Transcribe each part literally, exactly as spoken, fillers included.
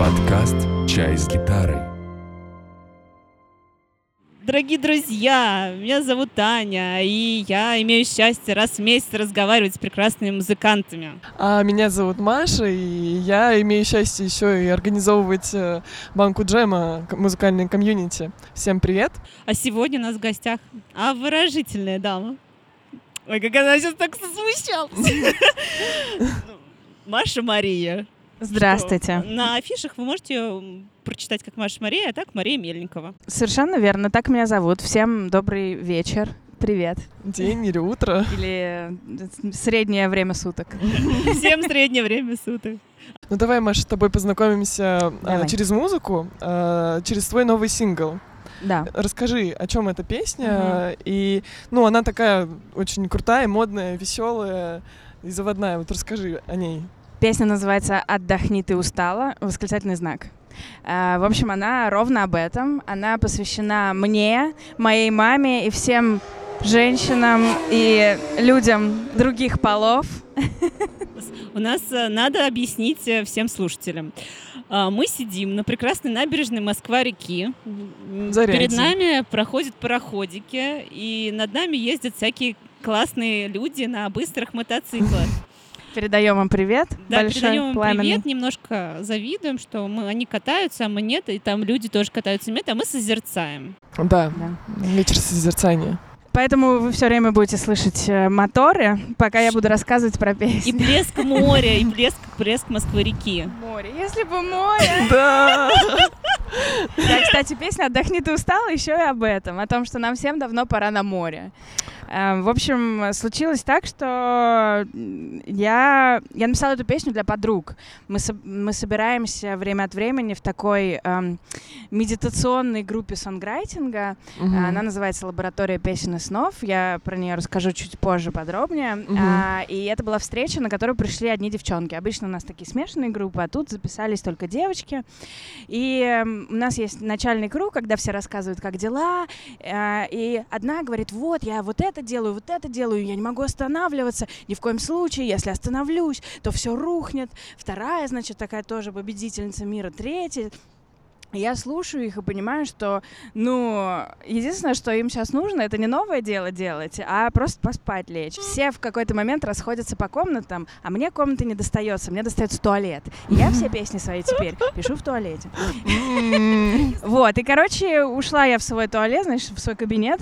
Подкаст «Чай с гитарой». Дорогие друзья, меня зовут Таня, и я имею счастье раз в месяц разговаривать с прекрасными музыкантами. А меня зовут Маша, и я имею счастье еще и организовывать банку джема, музыкальной комьюнити. Всем привет! А сегодня у нас в гостях обворожительная дама. Ой, как она сейчас так засмущалась. Маша Мария. Здравствуйте. Что? На афишах вы можете ее прочитать как Маша Мария, а так Мария Мельникова. Совершенно верно, так меня зовут. Всем добрый вечер. Привет. День или утро. Или среднее время суток. Всем среднее время суток. Ну давай, Маша, с тобой познакомимся а, через музыку, а, через твой новый сингл. Да. Расскажи, о чем эта песня. Uh-huh. И, ну, она такая очень крутая, модная, веселая и заводная. Вот расскажи о ней. Песня называется «Отдохни, ты устала», восклицательный знак. Uh, в общем, она ровно об этом. Она посвящена мне, моей маме и всем женщинам и людям других полов. У нас надо объяснить всем слушателям. Мы сидим на прекрасной набережной Москва-реки. Зарядье. Перед нами проходят пароходики, и над нами ездят всякие классные люди на быстрых мотоциклах. Передаем им привет. Да, большой, передаем им пламенный. привет. Немножко завидуем, что мы, они катаются, а мы нет, и там люди тоже катаются, нет, а мы созерцаем. Да, Да. вечер созерцания. Поэтому вы все время будете слышать моторы, пока я буду рассказывать про песню. И блеск моря, и блеск, блеск Москвы-реки. Море, если бы море. Да. Да, кстати, песня «Отдохни, ты устала» еще и об этом, о том, что нам всем давно пора на море. В общем, случилось так, что я, я написала эту песню для подруг. Мы, со, мы собираемся время от времени в такой эм, медитационной группе сонграйтинга. Угу. Она называется «Лаборатория песен и снов». Я про нее расскажу чуть позже подробнее. Угу. А, и это была встреча, на которую пришли одни девчонки. Обычно у нас такие смешанные группы, а тут записались только девочки. И э, у нас есть начальный круг, когда все рассказывают, как дела. Э, и одна говорит: вот, я вот это делаю, вот это делаю, я не могу останавливаться, ни в коем случае, если остановлюсь, то все рухнет. Вторая, значит, такая тоже победительница мира. Третья. Я слушаю их и понимаю, что, ну, единственное, что им сейчас нужно, это не новое дело делать, а просто поспать лечь. Все в какой-то момент расходятся по комнатам, а мне комнаты не достается, мне достается туалет. И я все песни свои теперь пишу в туалете. Вот, и, короче, ушла я в свой туалет, значит, в свой кабинет,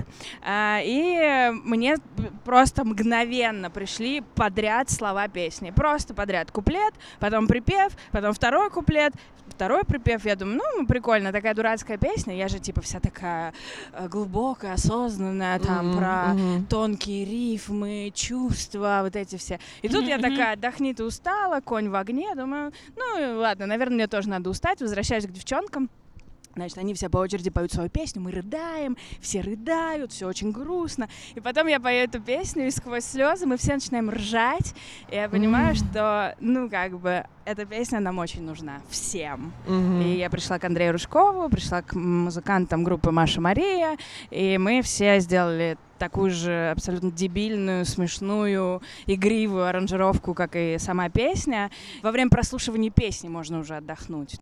и мне просто мгновенно пришли подряд слова песни. Просто подряд куплет, потом припев, потом второй куплет, второй припев. Я думаю, ну, прикольно, такая дурацкая песня. Я же, типа, вся такая э, глубокая, осознанная, там, mm-hmm, про mm-hmm. тонкие рифмы, чувства, вот эти все. И тут mm-hmm. я такая: отдохни, ты устала, конь в огне. Думаю, ну, ладно, наверное, мне тоже надо устать. Возвращаюсь к девчонкам. Значит, они все по очереди поют свою песню, мы рыдаем, все рыдают, все очень грустно. И потом я пою эту песню, и сквозь слезы мы все начинаем ржать. И я понимаю, mm-hmm. что, ну, как бы, эта песня нам очень нужна всем. Mm-hmm. И я пришла к Андрею Рыжкову, пришла к музыкантам группы Маша Мария, и мы все сделали такую же абсолютно дебильную, смешную, игривую аранжировку, как и сама песня. Во время прослушивания песни можно уже отдохнуть.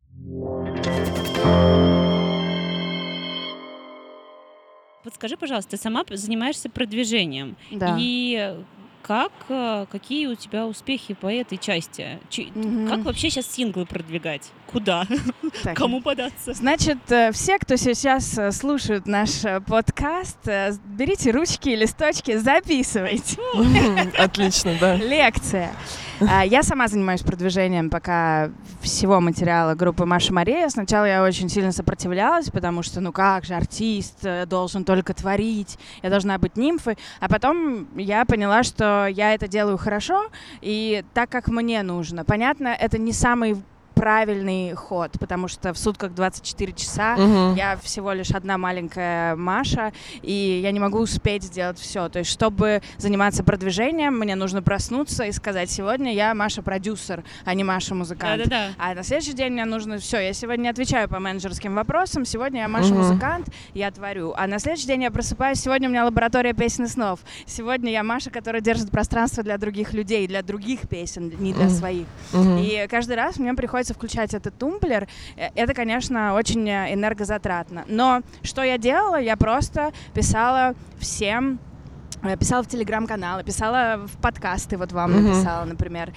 Подскажи, пожалуйста, ты сама занимаешься продвижением. Да. И как, какие у тебя успехи по этой части? Ч- mm-hmm. Как вообще сейчас синглы продвигать? Куда? Так. Кому податься? Значит, все, кто сейчас слушает наш подкаст, берите ручки и листочки, записывайте. Отлично, да. Лекция. Я сама занимаюсь продвижением пока всего материала группы Маша Мария. Сначала я очень сильно сопротивлялась, потому что, ну как же, артист должен только творить, я должна быть нимфой. А потом я поняла, что я это делаю хорошо и так, как мне нужно. Понятно, это не самый правильный ход, потому что в сутках двадцать четыре часа uh-huh. я всего лишь одна маленькая Маша, и я не могу успеть сделать все. То есть, чтобы заниматься продвижением, мне нужно проснуться и сказать: сегодня я Маша-продюсер, а не Маша-музыкант. Да-да-да. А на следующий день мне нужно все. Я сегодня не отвечаю по менеджерским вопросам, сегодня я Маша-музыкант, uh-huh. я творю. А на следующий день я просыпаюсь, сегодня у меня лаборатория песен и снов. Сегодня я Маша, которая держит пространство для других людей, для других песен, не для uh-huh. своих. Uh-huh. И каждый раз мне приходится приходится включать этот тумблер. Это, конечно, очень энергозатратно. Но что я делала? Я просто писала всем, писала в телеграм-каналы, писала в подкасты, вот вам mm-hmm. написала, например.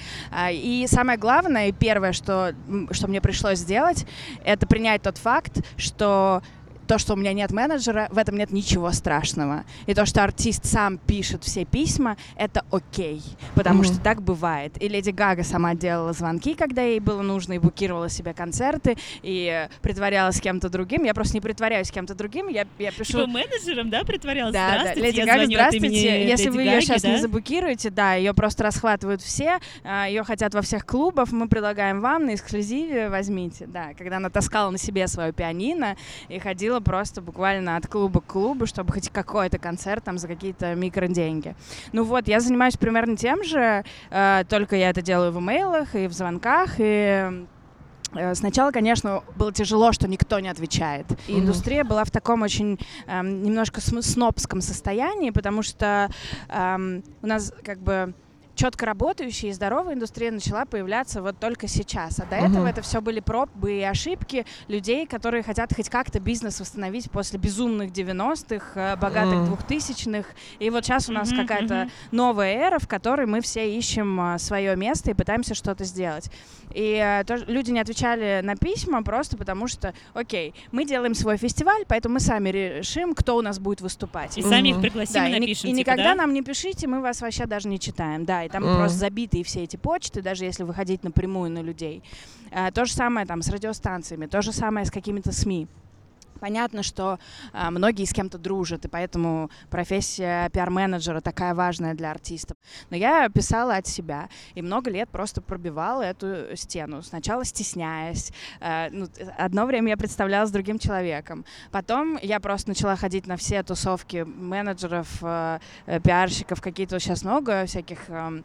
И самое главное, и первое, что, что мне пришлось сделать, это принять тот факт, что то, что у меня нет менеджера, в этом нет ничего страшного. И то, что артист сам пишет все письма, это окей, потому mm-hmm. что так бывает. И Леди Гага сама делала звонки, когда ей было нужно, и букировала себе концерты, и притворялась кем-то другим. Я просто не притворяюсь кем-то другим, я, я пишу... Типа менеджером, да, притворялась? Да, здравствуйте, да. Леди я Гага, звоню здравствуйте. Если Леди вы ее Гаги, сейчас да? не заблокируете, да, ее просто расхватывают все, ее хотят во всех клубах, мы предлагаем вам на эксклюзиве, возьмите. Да, когда она таскала на себе свое пианино и ходила просто буквально от клуба к клубу, чтобы хоть какой-то концерт там за какие-то микроденьги. Ну вот, я занимаюсь примерно тем же, э, только я это делаю в имейлах и в звонках, и э, сначала, конечно, было тяжело, что никто не отвечает. И mm-hmm. индустрия была в таком очень э, немножко снобском состоянии, потому что э, у нас как бы четко работающая и здоровая индустрия начала появляться вот только сейчас. А до uh-huh. этого это все были пробы и ошибки людей, которые хотят хоть как-то бизнес восстановить после безумных девяностых, богатых uh-huh. двухтысячных. И вот сейчас у нас uh-huh, какая-то uh-huh. новая эра, в которой мы все ищем свое место и пытаемся что-то сделать. И э, тоже люди не отвечали на письма просто потому что, окей, мы делаем свой фестиваль, поэтому мы сами решим, кто у нас будет выступать. И uh-huh. сами их пригласим да, и напишем. И, типа, и никогда да? нам не пишите, мы вас вообще даже не читаем. Да, и там mm. просто забитые все эти почты, даже если выходить напрямую на людей. А, то же самое там с радиостанциями, то же самое с какими-то СМИ. Понятно, что а, многие с кем-то дружат, и поэтому профессия пиар-менеджера такая важная для артистов. Но я писала от себя, и много лет просто пробивала эту стену. Сначала стесняясь. А, ну, одно время я представлялась другим человеком. Потом я просто начала ходить на все тусовки менеджеров, а, пиарщиков, какие-то сейчас много всяких... А,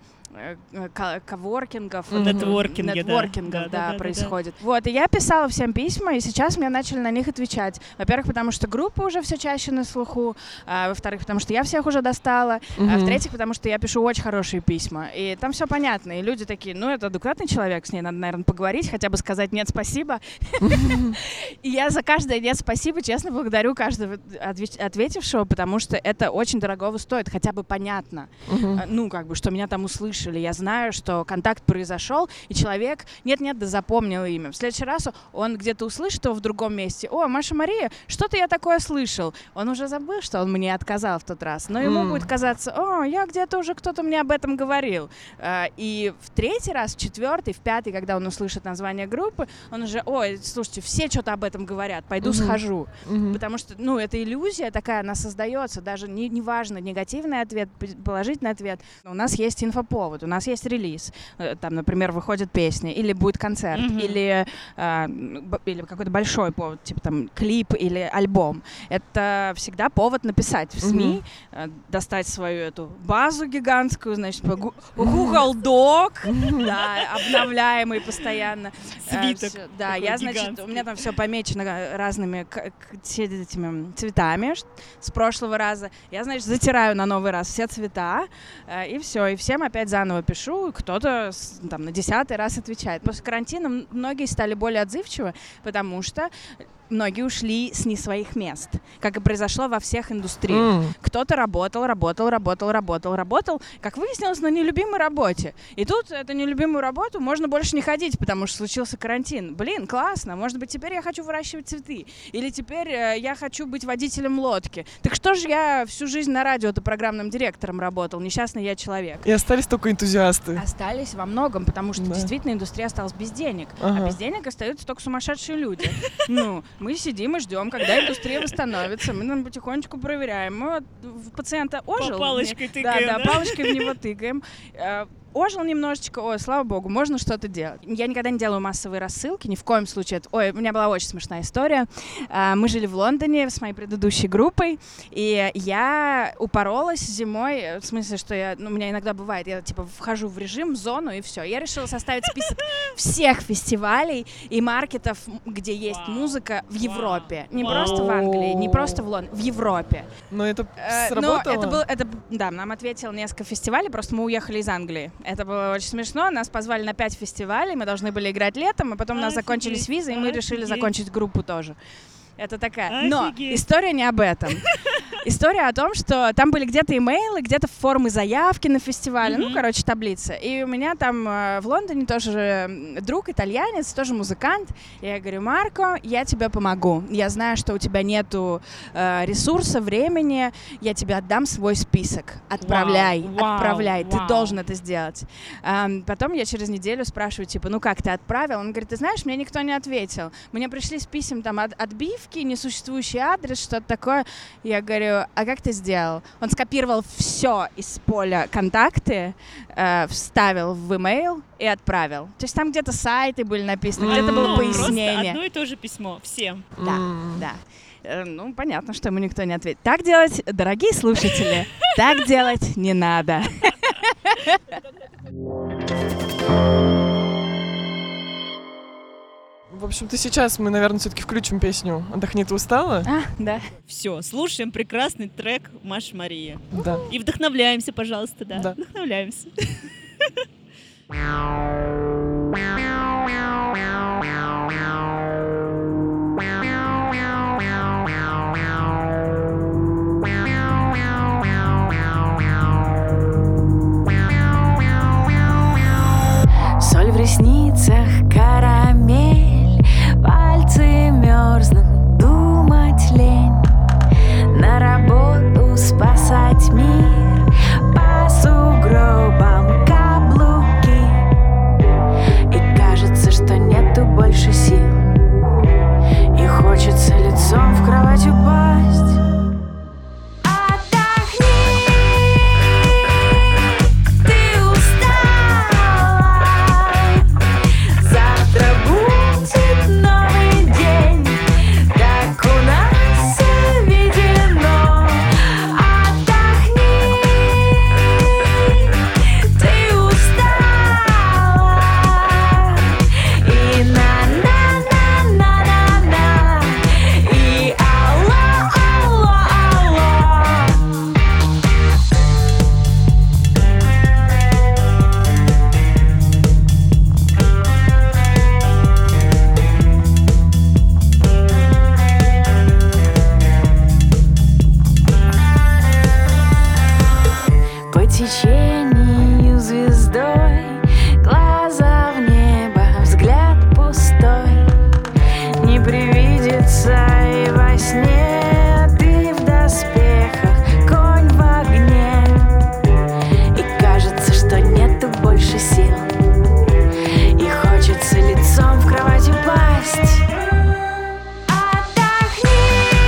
коворкингов, mm-hmm. нетворкинга, нетворкингов, да, да, да, да, да, происходит. Да, да. Вот, и я писала всем письма, и сейчас мне начали на них отвечать. Во-первых, потому что группа уже все чаще на слуху, а, во-вторых, потому что я всех уже достала, mm-hmm. а в-третьих, потому что я пишу очень хорошие письма, и там все понятно, и люди такие, ну, это адекватный человек, с ней надо, наверное, поговорить, хотя бы сказать «нет, спасибо». И я за каждое «нет, спасибо» честно благодарю каждого ответившего, потому что это очень дорогого стоит, хотя бы понятно, ну, как бы, что меня там услышали. Я знаю, что контакт произошел, и человек нет-нет, да запомнил имя. В следующий раз он где-то услышит его в другом месте. О, Маша Мария, что-то я такое слышал. Он уже забыл, что он мне отказал в тот раз. Но ему mm. будет казаться, о, я где-то уже кто-то мне об этом говорил. И в третий раз, в четвертый, в пятый, когда он услышит название группы, он уже, ой, слушайте, все что-то об этом говорят, пойду mm-hmm. схожу. Mm-hmm. Потому что, ну, эта иллюзия такая, она создается. Даже не, не важно, негативный ответ, положительный ответ. У нас есть инфоповод. Вот у нас есть релиз, там, например, выходит песня, или будет концерт, mm-hmm. или, э, или какой-то большой повод, типа там клип или альбом. Это всегда повод написать в СМИ, mm-hmm. э, достать свою эту базу гигантскую, значит, Google Doc, mm-hmm. да, обновляемый постоянно. Свиток. Э, да, я, значит, гигантский. У меня там все помечено разными к- к- этими цветами с прошлого раза. Я, значит, затираю на новый раз все цвета, э, и все, и всем опять заново пишу, кто-то там на десятый раз отвечает. После карантина многие стали более отзывчивы, потому что многие ушли с не своих мест, как и произошло во всех индустриях. Mm. Кто-то работал, работал, работал, работал, работал, как выяснилось, на нелюбимой работе. И тут эту нелюбимую работу можно больше не ходить, потому что случился карантин. Блин, классно, может быть, теперь я хочу выращивать цветы, или теперь э, я хочу быть водителем лодки. Так что же я всю жизнь на радио-то программным директором работал, несчастный я человек. И остались только энтузиасты. Остались во многом, потому что да. действительно индустрия осталась без денег, ага. а без денег остаются только сумасшедшие люди. Ну, мы сидим и ждем, когда индустрия восстановится. Мы нам потихонечку проверяем. Мы вот пациента ожил. По палочкой тыкаем, да? Да, да, палочкой в него тыкаем. Ожил немножечко, ой, слава богу, можно что-то делать. Я никогда не делаю массовые рассылки, ни в коем случае. Ой, у меня была очень смешная история. Мы жили в Лондоне с моей предыдущей группой, и я упоролась зимой, в смысле, что я, ну, у меня иногда бывает, я типа вхожу в режим, в зону, и все. Я решила составить список всех фестивалей и маркетов, где есть Вау. музыка в Европе. Не Вау. просто в Англии, не просто в Лондоне, в Европе. Но это Э, сработало? Но это был, это, да, нам ответил несколько фестивалей, просто мы уехали из Англии. Это было очень смешно. Нас позвали на пять фестивалей, мы должны были играть летом, а потом у нас Офигеть, закончились визы, и мы решили офигеть. закончить группу тоже. Это такая. Но Офигеть. история не об этом. История о том, что там были где-то имейлы, где-то формы заявки на фестивале, ну, Мгм. короче, таблица. И у меня там э, в Лондоне тоже м, друг итальянец, тоже музыкант. Я говорю: Марко, я тебе помогу. Я знаю, что у тебя нету э, ресурса, времени. Я тебе отдам свой список. Отправляй, Вау, вау, отправляй. Ты вау. должен это сделать. Ам, потом я через неделю спрашиваю, типа, ну как, ты отправил? Он говорит: ты знаешь, мне никто не ответил. Мне пришли с писем там от, отбивки, несуществующий адрес, что-то такое. Я говорю: а как ты сделал? Он скопировал все из поля контакты, э, вставил в имейл и отправил. То есть там где-то сайты были написаны, где-то было Ну, пояснение. Просто одно и то же письмо всем. Да, М. да. Э, Ну, понятно, что ему никто не ответит. Так делать, дорогие слушатели, так делать не надо. В общем-то, сейчас мы, наверное, все-таки включим песню «Отдохни, ты устала». А, да. Все, слушаем прекрасный трек Маши Марии. Да. И вдохновляемся, пожалуйста, да. Да. Вдохновляемся. Соль в ресницах, карамель, пальцы мерзнут, думать лень. На работу спасать мир, по сугробам каблуки. И кажется, что нету больше сил, и хочется лицом в кровать упасть. Отдохни, ты устала. Завтра будет новый день, так у нас заведено. Отдохни, ты устала. И на-на-на-на-на-на, и алло, алло, алло. По течению звездой, глаза в небо, взгляд пустой. Не привидится и во сне ты в доспехах, конь в огне. И кажется, что нету больше сил, и хочется лицом в кровать упасть. Отдохни,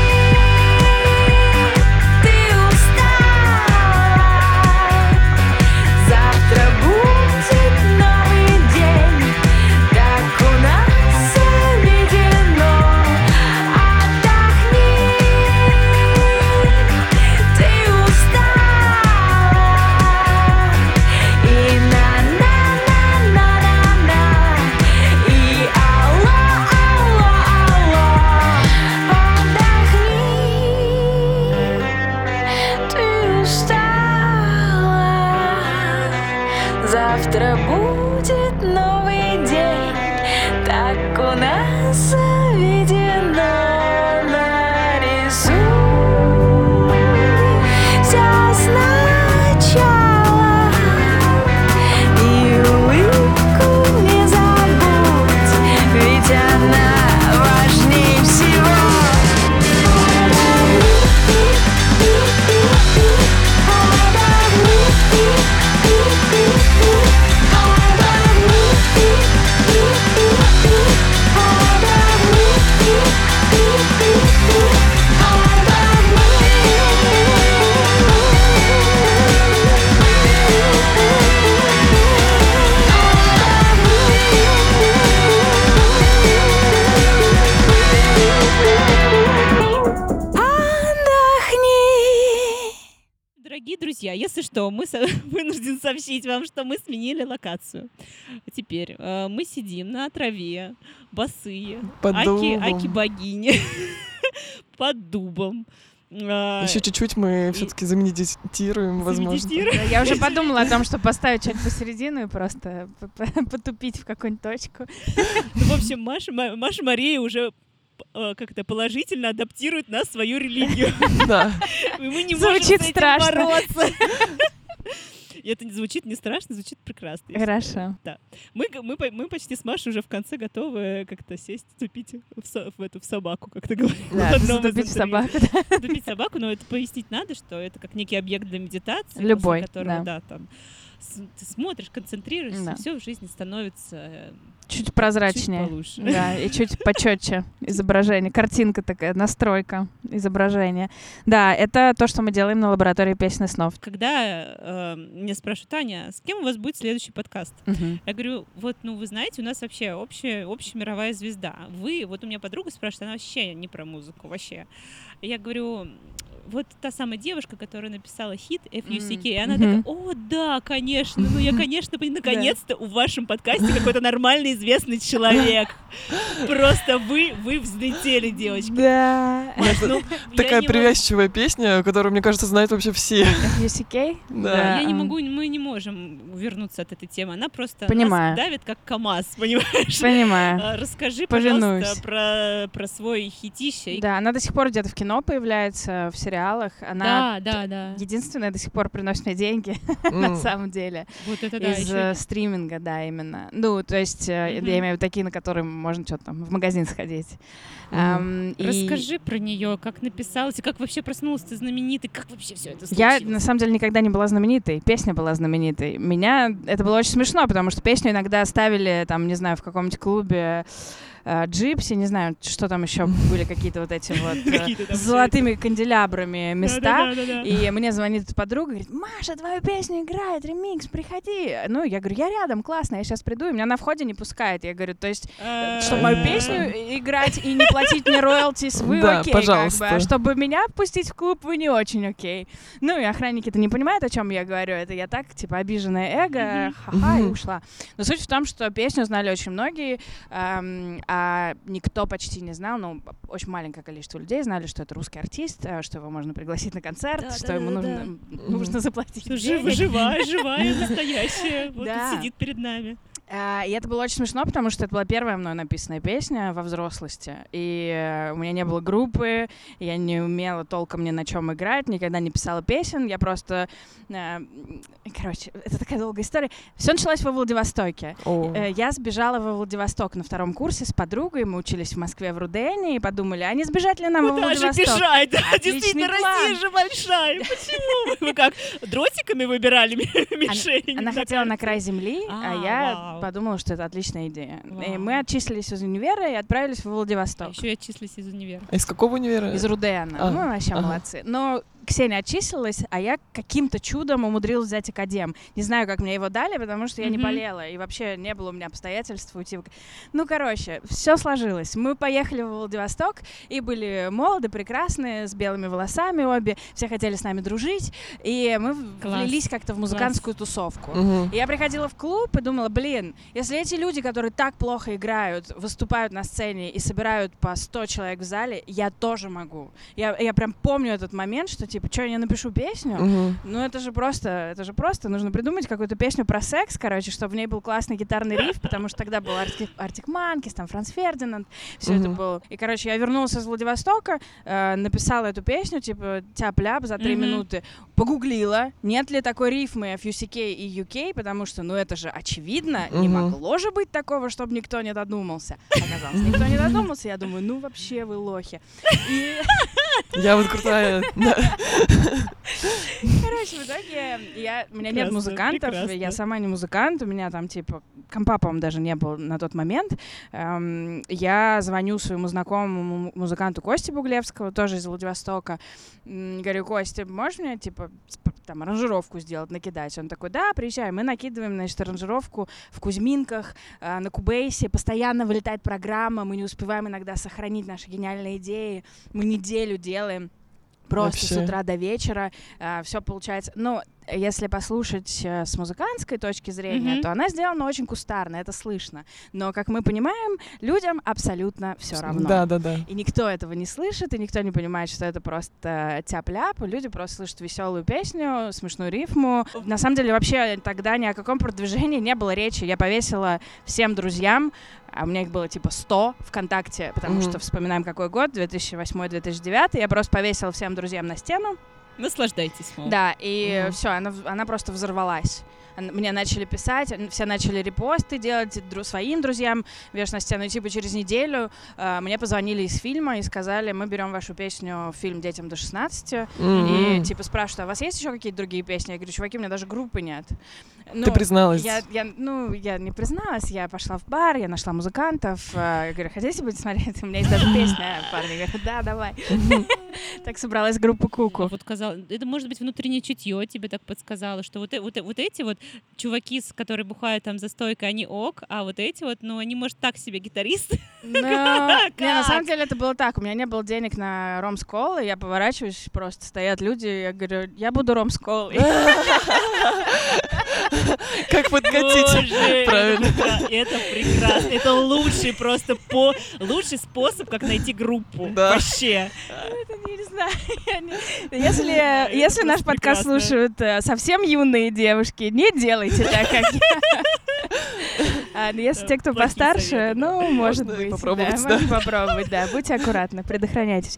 ты устала. Завтра будет новый день, так у нас заведено. Отдохни, ты устала. И на-на-на-на-на-на, и алло, алло, алло. Отдохни, ты устала. Завтра будет новый день, так у нас заведено. Нарисуй всё сначала, и улыбку не забудь, ведь она важнее всего. Отдохни. Дорогие друзья, если что, мы со- вынуждены сообщить вам, что мы сменили локацию. Теперь э, мы сидим на траве, босые, Под аки, дубом. аки богини, под дубом. А, Еще чуть-чуть мы и- все-таки замедитируем, возможно. замедитируем. Да, я уже подумала о том, что поставить что-нибудь посередину и просто п- п- потупить в какую-нибудь точку. Ну, в общем, Маша, Ма- Маша Мария уже э, как-то положительно адаптирует нас в свою религию. Да. И мы не можем Звучит с этим страшно. бороться. И это не звучит не страшно, звучит прекрасно. я Хорошо. Мы, г- мы, по- мы почти с Машей уже в конце готовы как-то сесть, тупить в, со- в эту в собаку, как ты говорила. Да, в одном из затупить интервью. собаку. да. Тупить собаку, но это пояснить надо, что это как некий объект для медитации. после Любой, которого, да. да, там с- ты смотришь, концентрируешься, Да. все в жизни становится э, Чуть чуть прозрачнее. получше. Да, и чуть почетче изображение. Картинка такая, настройка изображения. Да, это то, что мы делаем на лаборатории песни снов. Когда э, меня спрашивают: Таня, с кем у вас будет следующий подкаст? Мгм. Я говорю, вот, ну, вы знаете, у нас вообще общая, общая мировая звезда. Вы, вот у меня подруга спрашивает, она вообще не про музыку, вообще. И я говорю, вот та самая девушка, которая написала хит эф ю си кей, и она Мгм. такая: о, да, конечно, ну я, конечно, понимаю, наконец-то в вашем подкасте какой-то нормальный известный человек. Просто вы, вы взлетели, девочки. Да. Маш, ну, я Такая не могу- привязчивая песня, которую, мне кажется, знают вообще все. эф ю си кей? Да. Я не ам. могу, мы не можем вернуться от этой темы. Она просто Понимаю. нас давит как КамАЗ, понимаешь? Понимаю. А, Расскажи, Повинуюсь. пожалуйста, про, про свой хитище. И- Да, она до сих пор где-то в кино появляется, в сериалах. Она да, да, да. единственная до сих пор приносит мне деньги, на М. самом деле. Вот это да. Из ещё- э, стриминга, да, именно. Ну, то есть, э, Мгм. я имею в виду такие, на которые можно что-то там в магазин сходить. Мгм. Ам, и Расскажи про нее, как написалась, и как вообще проснулась ты знаменитой, как вообще все это Я, случилось? на самом деле, никогда не была знаменитой. Песня была знаменитой. Меня... Это было очень смешно, потому что песню иногда ставили, там, не знаю, в каком-нибудь клубе э, Джипси, не знаю, что там еще были какие-то вот эти вот э, Какие-то там с золотыми канделябрами места. Да-да-да-да-да. И мне звонит эта подруга, говорит: Маша, твою песню играет, ремикс, приходи. Ну, я говорю, я рядом, классно, я сейчас приду. И меня на входе не пускает. Я говорю, то есть, А, чтобы мою песню играть и не платить мне роялтис, вы Да, окей, как пожалуйста. бы. А чтобы меня пустить в клуб, вы не очень окей. Ну, и охранники-то не понимают, о чем я говорю. Это я так, типа, обиженное эго, Мгм. ха-ха, и Мгм. ушла. Но суть в том, что песню знали очень многие, эм, а никто почти не знал, ну, очень маленькое количество людей знали, что это русский артист, э, что его можно пригласить на концерт, Да, что да, ему да, нужно, нужно заплатить Что денег. жив- живая, живая, настоящая. Вот Да. тут сидит перед нами. А, И это было очень смешно, потому что это была первая мной написанная песня во взрослости. И э, у меня не было группы, я не умела толком ни на чем играть, никогда не писала песен. Я просто... э, Короче, это такая долгая история. Все началось во Владивостоке. О. Э, Я сбежала во Владивосток на втором курсе с подругой. Мы учились в Москве в Рудене и подумали, а не сбежать ли нам во Куда же Владивосток? бежать? Да, Отличный действительно, план. Россия же большая. Почему? Вы как, дротиками выбирали мишень? Она хотела на край земли, а, А, я вау. подумала, что это отличная идея. И Вау. мы отчислились из универа и отправились в А Владивосток. еще я отчислилась из универа. А из какого универа? Из Рудена. А, Ну, вообще ага. молодцы. Но Ксения отчислилась, а я каким-то чудом умудрилась взять академ. Не знаю, как мне его дали, потому что я не Мгм. болела. И вообще не было у меня обстоятельств уйти. в- Ну, короче, все сложилось. Мы поехали в Владивосток и были молоды, прекрасные, с белыми волосами обе. Все хотели с нами дружить. И мы в- Класс. влились как-то в музыкантскую тусовку. Мгм. И я приходила в клуб и думала, блин, если эти люди, которые так плохо играют, выступают на сцене и собирают по сто человек в зале, я тоже могу. Я, я прям помню этот момент, что типа, что, я не напишу песню? Мгм. Ну это же просто, это же просто, нужно придумать какую-то песню про секс, короче, чтобы в ней был классный гитарный риф, потому что тогда был Артик, Артик Манкис, там Франц Фердинанд, все это Мгм. было. И, короче, я вернулась из Владивостока, э, написала эту песню, типа, тяп-ляп за три Мгм. минуты, погуглила, нет ли такой рифмы эф ю си кей и ю кей, потому что, ну, это же очевидно, не Мгм. могло же быть такого, чтобы никто не додумался. Оказалось, никто не додумался, я думаю, ну, вообще вы лохи. И, Я вот крутая. Да. короче, в итоге я, у меня нет Прекрасно, музыкантов, прекрасно. я сама не музыкант, у меня там, типа, компа, по-моему, даже не было на тот момент. Эм, я звоню своему знакомому музыканту Косте Буглевского, тоже из Владивостока, М, говорю: Костя, можешь мне, типа, сп- там, аранжировку сделать, накидать? Он такой: да, приезжай. Мы накидываем, значит, аранжировку в Кузьминках, э, на Кубейсе, постоянно вылетает программа, мы не успеваем иногда сохранить наши гениальные идеи, мы неделю делаем. Просто с Вообще. утра до вечера все получается. Но если послушать э, с музыкантской точки зрения, Мгм. то она сделана очень кустарно, это слышно. Но, как мы понимаем, людям абсолютно все равно. Да, да, да. И никто этого не слышит, и никто не понимает, что это просто тяп-ляп. Люди просто слышат веселую песню, смешную рифму. На самом деле, вообще тогда ни о каком продвижении не было речи. Я повесила всем друзьям, а у меня их было типа сто ВКонтакте, потому Мгм. что вспоминаем, какой год, две тысячи восьмой - две тысячи девятый. Я просто повесила всем друзьям на стену. Наслаждайтесь, мол. Да, и Мгм. все, она, в- она просто взорвалась. Ан- Мне начали писать, н- все начали репосты делать дру- своим друзьям, вешать на стену. И типа через неделю э, мне позвонили из фильма и сказали, мы берем вашу песню в фильм «Детям до шестнадцати». И Мгм. типа спрашивают, а у вас есть еще какие-то другие песни? Я говорю, чуваки, у меня даже группы нет. Ну, Ты призналась. я, я, ну, я не призналась, я пошла в бар, я нашла музыкантов. э, Я говорю, хотите будете смотреть? У меня есть даже песня. Парни говорят, да, давай. Так собралась группа Куку. Вот казалось, это может быть внутреннее чутье тебе так подсказало, что вот, э- вот, э- вот эти вот чуваки, с- которые бухают там за стойкой, они ок, а вот эти вот, ну, они, может, так себе гитаристы. Но, не, на самом Как? деле это было так. У меня не было денег на ром-скол, и я поворачиваюсь, просто стоят люди, я говорю, я буду ром-скол. Как подкатить? Боже, Правильно. Это, прекра- это прекрасно. Это лучший просто по лучший способ, как найти группу. Да. Вообще. Это не знаю. я не- Если, Это если наш просто подкаст прекрасно. слушают э, совсем юные девушки, не делайте так, как я. А, ну, Если Да, те, кто плохие постарше, советы, да. ну, может Можно быть. попробовать, да, да. можно попробовать, да. Будьте аккуратны, предохраняйтесь.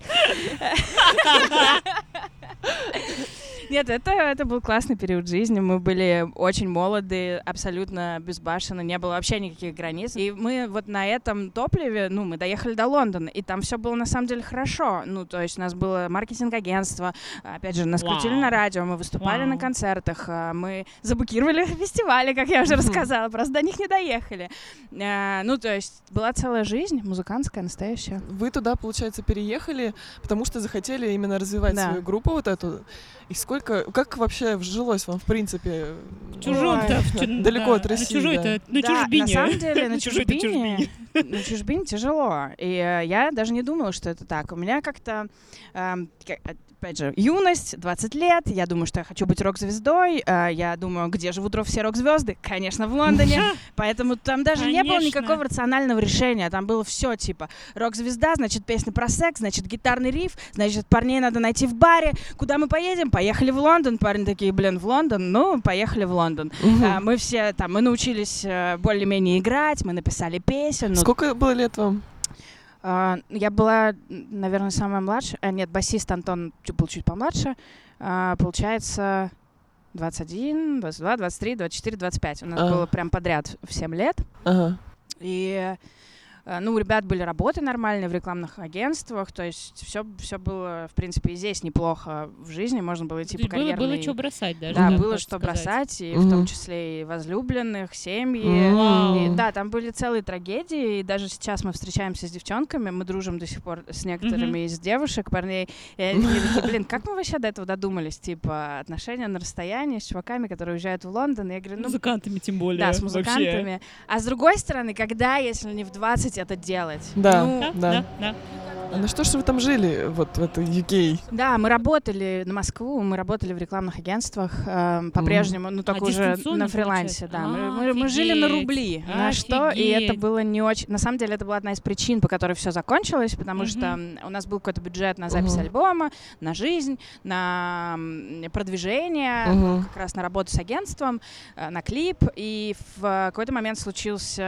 Нет, это, это был классный период жизни. Мы были очень молоды, абсолютно безбашенно, не было вообще никаких границ. И мы вот на этом топливе, ну, мы доехали до Лондона, и там все было на самом деле хорошо. Ну, то есть у нас было маркетинг-агентство, опять же, нас Вау. крутили на радио, мы выступали Вау. на концертах, а, мы забукировали фестивали, как я уже Мгм. рассказала, просто до них не доехали. А, Ну, то есть была целая жизнь, музыкантская, настоящая. Вы туда, получается, переехали, потому что захотели именно развивать Да. свою группу вот эту. И сколько, как вообще вжилось вам, в принципе? В чужом-то, в чу- Далеко да, от России, На чужой-то, на Да, чужбине. на самом деле, на На чужой-то чужбине, на чужбине тяжело. И э, я даже не думала, что это так. У меня как-то, эм, как- опять же, юность, двадцать лет, я думаю, что я хочу быть рок-звездой, э, я думаю, где живут ро- все рок-звезды? Конечно, в Лондоне. Поэтому там даже не было Конечно. никакого рационального решения. Там было все типа рок-звезда, значит, песня про секс, значит, гитарный риф, значит, парней надо найти в баре. Куда мы поедем? Поехали в Лондон. Парни такие, блин, в Лондон? Ну, поехали в Лондон. Мгм. А, мы все там, мы научились э, более-менее играть, мы написали песен. ну, Сколько было лет вам? а, я была, м, наверное, самая младшая. А, нет, басист Антон чуть- был чуть помладше. А, получается, двадцать один, двадцать два, двадцать три, двадцать четыре, двадцать пять. У нас А. было прям подряд в семь лет. Ага. И э, ну, у ребят были работы нормальные в рекламных агентствах, то есть все, все было, в принципе, и здесь неплохо в жизни, можно было идти То по есть было, карьерной... было что бросать даже. Да, так было можно что сказать. бросать, и Мгм. в том числе и возлюбленных, семьи. М. И, да, там были целые трагедии, и даже сейчас мы встречаемся с девчонками, мы дружим до сих пор с некоторыми Мгм. из девушек, парней. И они такие, блин, как мы вообще до этого додумались? Типа, отношения на расстоянии с чуваками, которые уезжают в Лондон. И я говорю, ну, Музыкантами тем более. да, с вообще. музыкантами. А с другой стороны, когда, если не в двадцать, это делать? Да. Ну, Да, Да. да, да. А на что же вы там жили, вот в этой ю кей? да, мы работали на Москву, мы работали в рекламных агентствах э, по-прежнему, ну только А, уже дистанционно, на фрилансе, получается? да. Мы, А, мы- мы жили на офигеть, рубли, на что, и это офигеть. было не очень... На самом деле это была одна из причин, по которой все закончилось, потому Мгм. что м, у нас был какой-то бюджет на запись Мгм. альбома, на жизнь, на м, продвижение, Мгм. как раз на работу с агентством, э, на клип, и в какой-то момент случился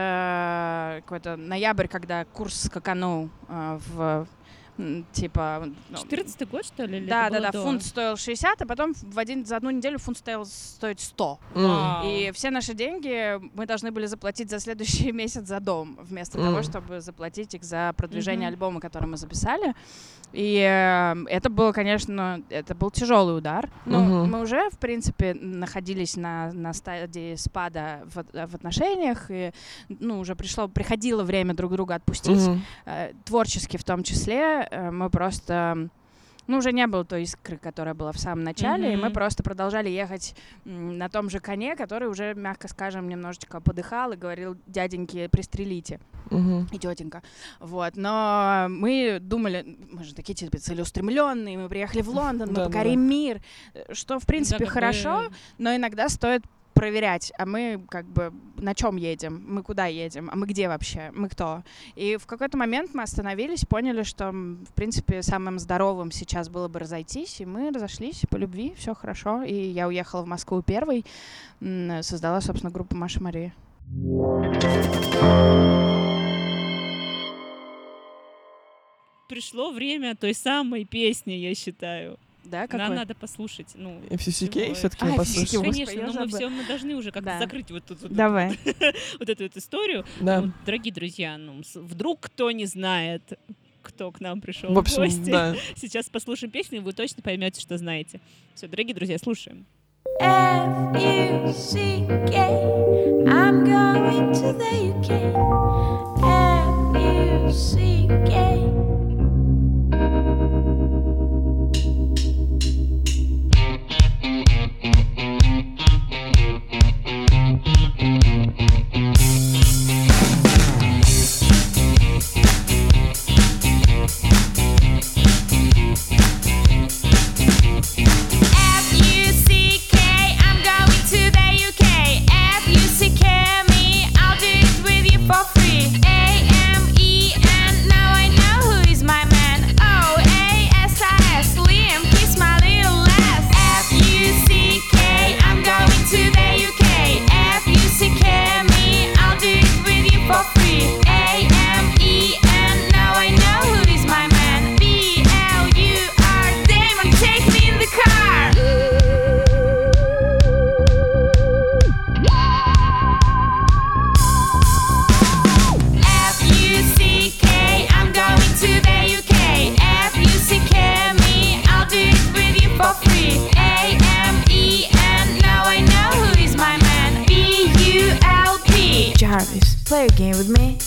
э, какой-то ноябрь, когда курс скаканул э, в м, типа... ну, четырнадцатый год, что ли? или да, это да, было да, до? фунт стоил шестьдесят, а потом в один, за одну неделю фунт стоил стоить сто. Вау. И все наши деньги мы должны были заплатить за следующий месяц за дом, вместо М. того, чтобы заплатить их за продвижение Мгм. альбома, который мы записали. И э, это было, конечно, это был тяжелый удар. Но Мгм. мы уже, в принципе, находились на, на стадии спада в, от- в отношениях, и ну, уже пришло, приходило время друг друга отпустить. Мгм. Э, творчески в том числе, э, мы просто Ну, уже не было той искры, которая была в самом начале, и мы Мгм. просто продолжали ехать м, на том же коне, который уже, мягко скажем, немножечко подыхал и говорил: дяденьки, пристрелите. Мгм. И тетенька. Вот. Но мы думали, мы же такие типа целеустремленные, мы приехали в Лондон, мы Да-да-да. покорим мир, э, что, в принципе, Да, как бы, хорошо, но иногда стоит проверять, а мы как бы на чем едем, мы куда едем, а мы где вообще, мы кто. И в какой-то момент мы остановились, поняли, что, м, в принципе, самым здоровым сейчас было бы разойтись, и мы разошлись по любви, все хорошо. И я уехала в Москву первой, м, создала, собственно, группу Маша Мария. Пришло время той самой песни, я считаю. Да, Нам какой? надо послушать. Ну, эф си си кей всего- все-таки А, мы эф си си кей, послушаем. Господи, Конечно, я но мы забыла. все мы должны уже как-то Да. закрыть вот, тут, вот, эту Давай. вот, вот эту вот историю. Да. Ну, дорогие друзья, ну, с- вдруг кто не знает, кто к нам пришел В общем, в гости. да. Сейчас послушаем песню, и вы точно поймете, что знаете. Все, дорогие друзья, слушаем. F U C K. I'm going to the U K. F U C K. F U C K, I'm going to the U K. F U C K me, I'll do it with you for free. A M E N, now I know who is my man. O A S I S, Liam, kiss my little ass. F U C K, I'm going to the U K. F U C K me, I'll do it with you for free. A M E N, now I know who is my man. B L U R, Damon, take me in the car. F U C K, I'm going to the U K. F U C K me, I'll do it with you for free. A M E N, now I know who is my man. B U L P. Jarvis, play a game with me.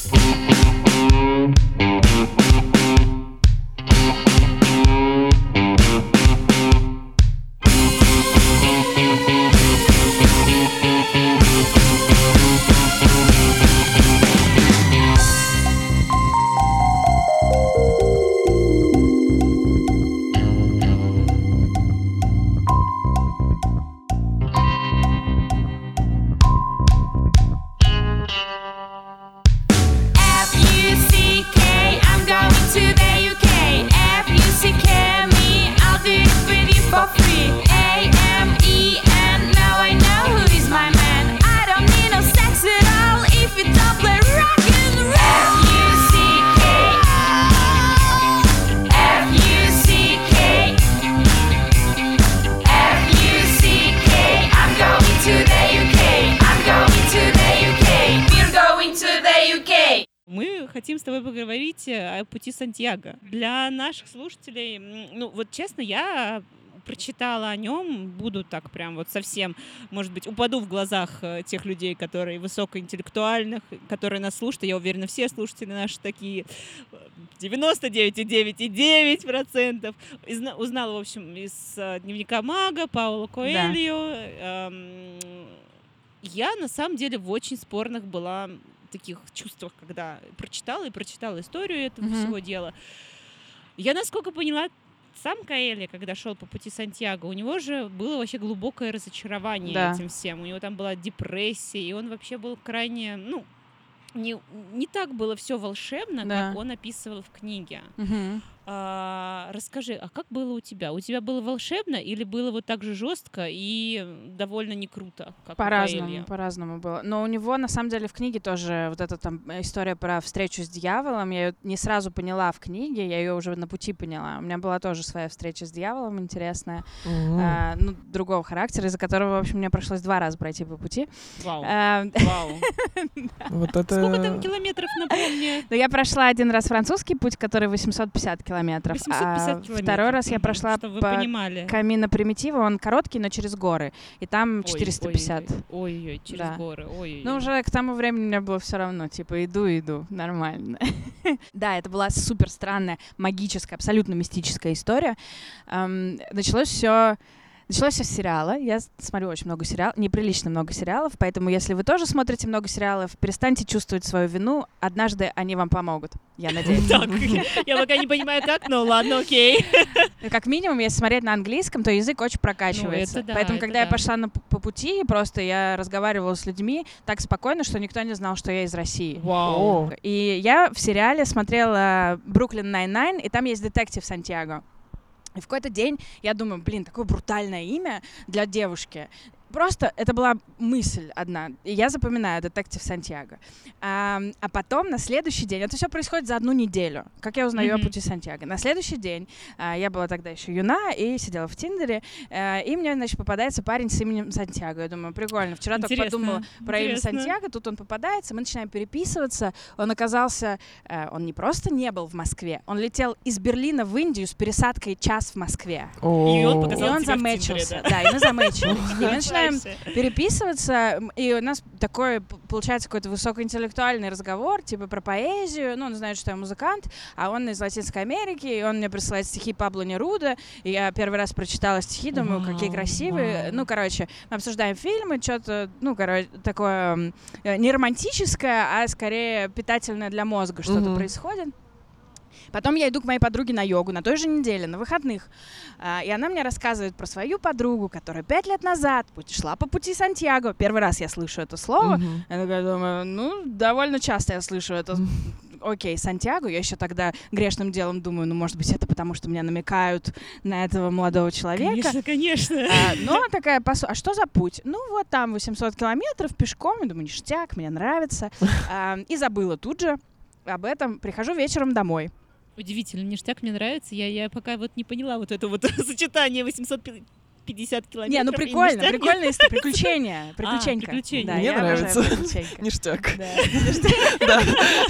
F U C K, I'm going to the U K. F U C K me, I'll do it with you for free. A M E N, now I know who is my man. I don't need no sex at all if you don't play rock and roll. F U C K, F U C K, F U C K. I'm going to the U K. I'm going to the U K. We're going to the U K. Мы хотим с тобой поговорить э, о пути Сантьяго. Для наших слушателей, м, ну вот честно, я прочитала о нем, буду так прям вот совсем, может быть, упаду в глазах э, тех людей, которые высокоинтеллектуальных, которые нас слушают. Я уверена, все слушатели наши такие, э, девяносто девять и девять и девять процентов. Изна- Узнала, в общем, из э, дневника Мага, Пауло Коэльо. Эм, Я на самом деле в очень спорных была таких чувствах, когда прочитала и прочитала историю этого Мгм. всего дела. Я, насколько поняла, сам Коэльо, когда шел по пути Сантьяго, у него же было вообще глубокое разочарование Да. этим всем. У него там была депрессия, и он вообще был крайне, ну, не, не так было все волшебно, Да. как он описывал в книге. Мгм. А, расскажи, а как было у тебя? У тебя было волшебно или было вот так же жестко и довольно не круто, как у По-разному, Коэльо? по-разному было. Но у него, на самом деле, в книге тоже вот эта там история про встречу с дьяволом. Я ее не сразу поняла в книге, я ее уже на пути поняла. У меня была тоже своя встреча с дьяволом интересная, Мгм. а, ну, другого характера, из-за которого, в общем, мне пришлось два раза пройти по пути. Вау, А, вау. Вот это... Сколько там километров, напомни? Но я прошла один раз французский путь, который восемьсот пятьдесят километров. километров. восемьсот А пятьдесят километров. второй раз я Мгм, прошла чтобы вы по понимали. Камино Примитива, он короткий, но через горы. И там Ой, четыреста пятьдесят. Ой-ой-ой, через Да. горы. Ой-ой-ой. Ну, уже к тому времени мне было все равно, типа, иду, иду, нормально. Да, это была супер странная, магическая, абсолютно мистическая история. Эм, Началось все... Началось все с сериала. Я с- смотрю очень много сериалов, неприлично много сериалов, поэтому если вы тоже смотрите много сериалов, перестаньте чувствовать свою вину. Однажды они вам помогут, я надеюсь. Так, я пока не понимаю, как, но ладно, окей. Как минимум, если смотреть на английском, то язык очень прокачивается. Ну, это да, Поэтому, это когда я да. пошла на п- по пути, просто я разговаривала с людьми так спокойно, что никто не знал, что я из России. О, И я в сериале смотрела «Бруклин Найн-Найн», и там есть детектив Сантьяго. И в какой-то день я думаю, блин, такое брутальное имя для девушки. Просто это была мысль одна, и я запоминаю «Детектив Сантьяго». А, а потом на следующий день, это все происходит за одну неделю, как я узнаю Мгм. о пути Сантьяго. На следующий день а, я была тогда еще юна и сидела в Тиндере, а, и мне, значит, попадается парень с именем Сантьяго. Я думаю, прикольно. Вчера только Интересно, подумала про имя интересно. Сантьяго, тут он попадается, мы начинаем переписываться. Он оказался, э, он не просто не был в Москве, он летел из Берлина в Индию с пересадкой час в Москве. о. И он И показал он тебя в Тиндере, замечился. да? Да, и мы замечились. И мы начинаем Начинается. переписываться, м, и у нас такой, п- получается, какой-то высокоинтеллектуальный разговор, типа про поэзию. Ну, он знает, что я музыкант, а он из Латинской Америки, и он мне присылает стихи Пабло Неруда. И я первый раз прочитала стихи, думаю, какие Вау, красивые. вау. Ну, короче, мы обсуждаем фильмы, что-то, ну, короче, такое м, э, не романтическое, а скорее питательное для мозга что-то Мгм. происходит. Потом я иду к моей подруге на йогу на той же неделе, на выходных. А, И она мне рассказывает про свою подругу, которая пять лет назад путь- шла по пути Сантьяго. Первый раз я слышу это слово. Мгм. Я такая думаю, ну, довольно часто я слышу это. Окей, Сантьяго. Я еще тогда грешным делом думаю, ну, может быть, это потому, что меня намекают на этого молодого человека. Конечно, конечно. А, но она такая, «Посу- а что за путь? Ну, вот там восемьсот километров пешком. Я думаю, ништяк, мне нравится. А, И забыла тут же об этом. Прихожу вечером домой. Удивительно, ништяк мне нравится. Я, я пока вот не поняла вот это вот сочетание восемьсот пятьдесят километров. Не, ну и прикольно, ништяк. прикольная история, приключение, приключенька. приключение. Да, Мне я обожаю нравится. приключенька. Ништяк. Да. Да.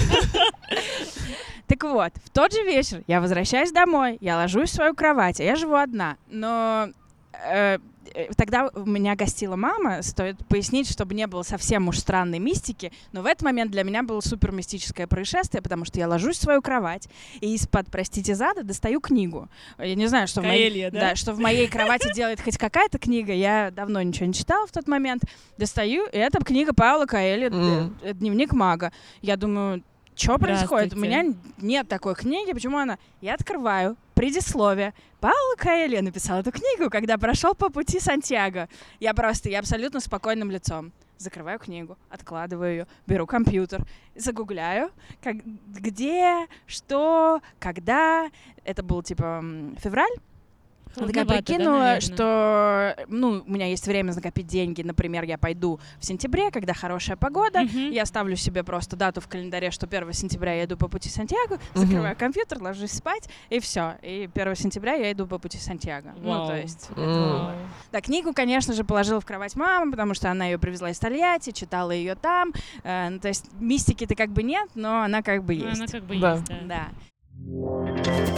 Так вот, в тот же вечер я возвращаюсь домой, я ложусь в свою кровать, а я живу одна, но э, э, тогда у меня гостила мама, стоит пояснить, чтобы не было совсем уж странной мистики, но в этот момент для меня было супер мистическое происшествие, потому что я ложусь в свою кровать и из-под, простите, зада достаю книгу. Я не знаю, что в моей, Каэлья, да? что в моей кровати делает хоть какая-то книга, я давно ничего не читала в тот момент, достаю, и это книга Паула Коэльо, М. э, «Дневник мага». Я думаю, что происходит? У Здравствуйте. меня нет такой книги. Почему она? Я открываю предисловие. Пауло Коэльо написал эту книгу, когда прошел по пути Сантьяго. Я просто, я абсолютно спокойным лицом. Закрываю книгу, откладываю ее, беру компьютер, загугляю, как, где, что, когда. Это был типа м, февраль. Я такая Холодновато, да, прикинула, наверное? что ну, у меня есть время накопить деньги. Например, я пойду в сентябре, когда хорошая погода. Мгм. Я ставлю себе просто дату в календаре, что первого сентября я иду по пути Сантьяго, Мгм. закрываю компьютер, ложусь спать, и все. И первого сентября я иду по пути Сантьяго. Ну, Вау. то есть... М. Вау. Да, книгу, конечно же, положила в кровать мама, потому что она ее привезла из Тольятти, читала ее там. Э, ну, то есть мистики-то как бы нет, но она как бы Ну, есть. Она как бы Да. есть, да. Да.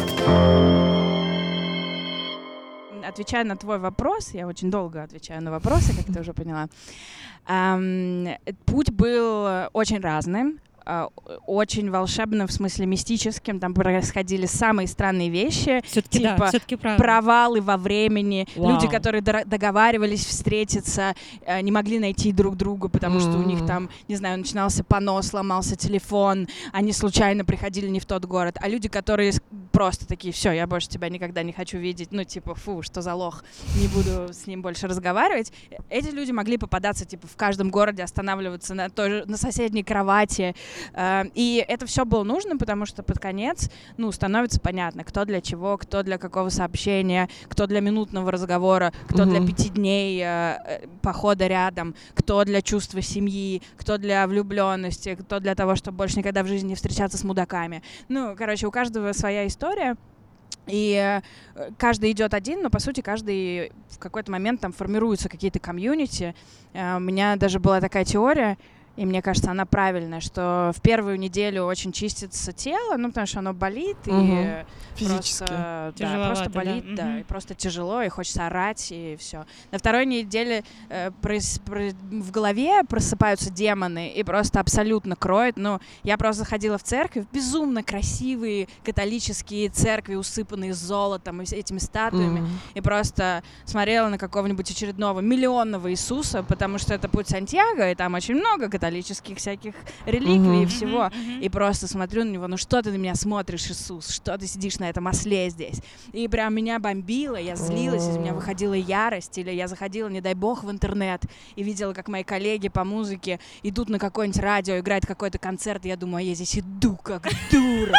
Отвечая на твой вопрос, я очень долго отвечаю на вопросы, как ты уже поняла. Ам, Путь был очень разным, а, очень волшебным, в смысле мистическим. Там происходили самые странные вещи. Все-таки да, Типа все-таки правда. Провалы во времени, Вау. люди, которые дора- договаривались встретиться, э, не могли найти друг друга, потому что у них М. там, не знаю, начинался понос, сломался телефон, они случайно приходили не в тот город, а люди, которые с- просто такие, все, я больше тебя никогда не хочу видеть, ну, типа, фу, что за лох, не буду с ним больше разговаривать. Эти люди могли попадаться, типа, в каждом городе, останавливаться на, той же- на соседней кровати, э, и это все было нужно, потому что под конец, ну, становится понятно, кто для чего, кто для какого сообщения, кто для минутного разговора, кто для Мгм. пяти дней э, э, похода рядом, кто для чувства семьи, кто для влюбленности, кто для того, чтобы больше никогда в жизни не встречаться с мудаками. Ну, короче, у каждого своя история. И э, каждый идет один, но по сути каждый в какой-то момент там формируются какие-то комьюнити. Э, у меня даже была такая теория. И мне кажется, она правильная, что в первую неделю очень чистится тело, ну, потому что оно болит, Мгм. и Физически. просто, да, Тяжеловато, просто да. болит, да, Мгм. и просто тяжело, и хочется орать, и все. На второй неделе э, прос- про- в голове просыпаются демоны, и просто абсолютно кроет. Ну, я просто ходила в церковь, безумно красивые католические церкви, усыпанные золотом и с этими статуями, М. и просто смотрела на какого-нибудь очередного миллионного Иисуса, потому что это путь Сантьяго, и там очень много католических всяких реликвий Мгм. и всего. Мгм, мгм. И просто смотрю на него, ну что ты на меня смотришь, Иисус, что ты сидишь на этом осле здесь? И прям меня бомбило, я злилась, из меня выходила ярость, или я заходила, не дай бог, в интернет и видела, как мои коллеги по музыке идут на какое-нибудь радио, играет какой-то концерт, и я думаю, а я здесь иду как дура,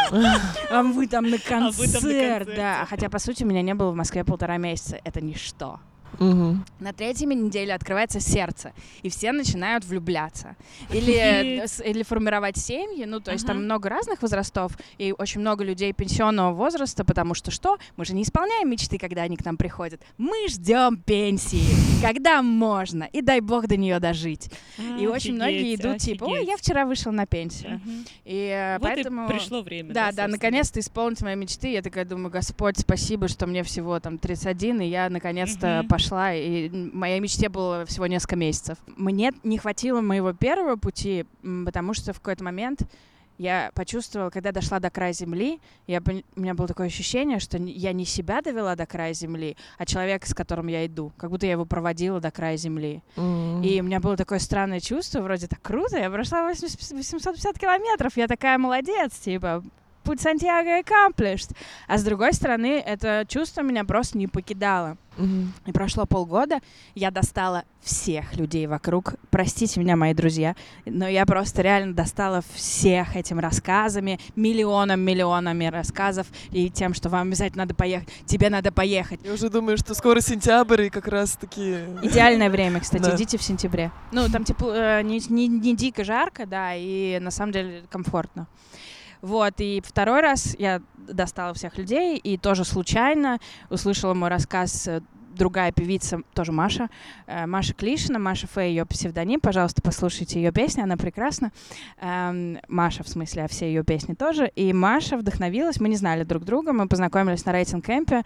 а вы там на вы там на концерт, концерте. да. Хотя, по сути, меня не было в Москве полтора месяца, это ничто. Мгм. На третьей неделе открывается сердце, и все начинают влюбляться. Или, Офигеть. э, с- или формировать семьи, ну, то есть Ага. там много разных возрастов, и очень много людей пенсионного возраста, потому что что? Мы же не исполняем мечты, когда они к нам приходят. Мы ждем пенсии, когда можно, и дай бог до нее дожить. И очень многие Офигеть, идут типа, ой, офигеть. я вчера вышел на пенсию. Мгм. И э, Вот поэтому... и пришло время. Да, да, собственно. наконец-то исполнить мои мечты. Я такая думаю, Господь, спасибо, что мне всего там тридцать один, и я наконец-то Мгм. пошла, и м, моей мечте было всего несколько месяцев. Мне не хватило моего первого пути, м, потому что в какой-то момент я почувствовала, когда дошла до края земли, я, пон- у меня было такое ощущение, что н- я не себя довела до края земли, а человека, с которым я иду, как будто я его проводила до края земли. М. И у меня было такое странное чувство, вроде так круто, я прошла восемьдесят восемьсот пятьдесят километров, я такая молодец, типа, путь Сантьяго accomplished. А с другой стороны, это чувство меня просто не покидало. Мгм. И прошло полгода, я достала всех людей вокруг. Простите меня, мои друзья, но я просто реально достала всех этими рассказами, миллионом-миллионами рассказов, и тем, что вам обязательно надо поехать, тебе надо поехать. Я уже думаю, что скоро сентябрь, и как раз-таки... Идеальное время, кстати, Да. идите в сентябре. Ну, там тепло, э, не, не- не дико жарко, да, и на самом деле комфортно. Вот, и второй раз я достала всех людей, и тоже случайно услышала мой рассказ э, другая певица, тоже Маша, э, Маша Клишина, Маша Фэй, ее псевдоним, пожалуйста, послушайте ее песни, она прекрасна. Эм, Маша, в смысле, а все ее песни тоже. И Маша вдохновилась, мы не знали друг друга, мы познакомились на рейтинг-кемпе,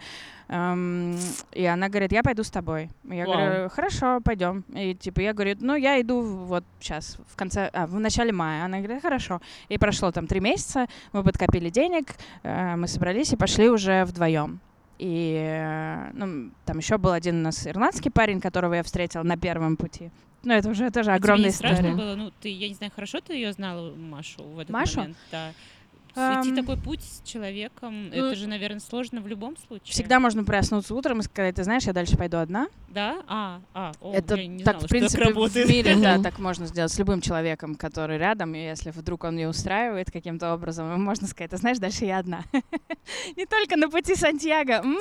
эм, и она говорит, я пойду с тобой. Я Вау. говорю, хорошо, пойдем. И типа я говорю, ну я иду вот сейчас, в конце, а, в начале мая. Она говорит, хорошо. И прошло там три месяца, мы подкопили денег, э, мы собрались и пошли уже вдвоем. И э, ну, там еще был один у нас ирландский парень, которого я встретила на первом пути. Ну, это уже тоже А тебе огромная не страшно история. было? Ну, ты, я не знаю, хорошо ты ее знала, Машу, в этот Машу? момент? Да. Эм, Идти такой путь с человеком, ну, это же, наверное, сложно в любом случае. Всегда можно проснуться утром и сказать, ты знаешь, я дальше пойду одна. Да? А, а, о, Это я не так, знала, в принципе, что так работает. в мире, да, Мгм. так можно сделать с любым человеком, который рядом, и если вдруг он ее устраивает каким-то образом, можно сказать, ты знаешь, дальше я одна. Не только на пути Сантьяго. М.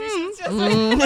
М.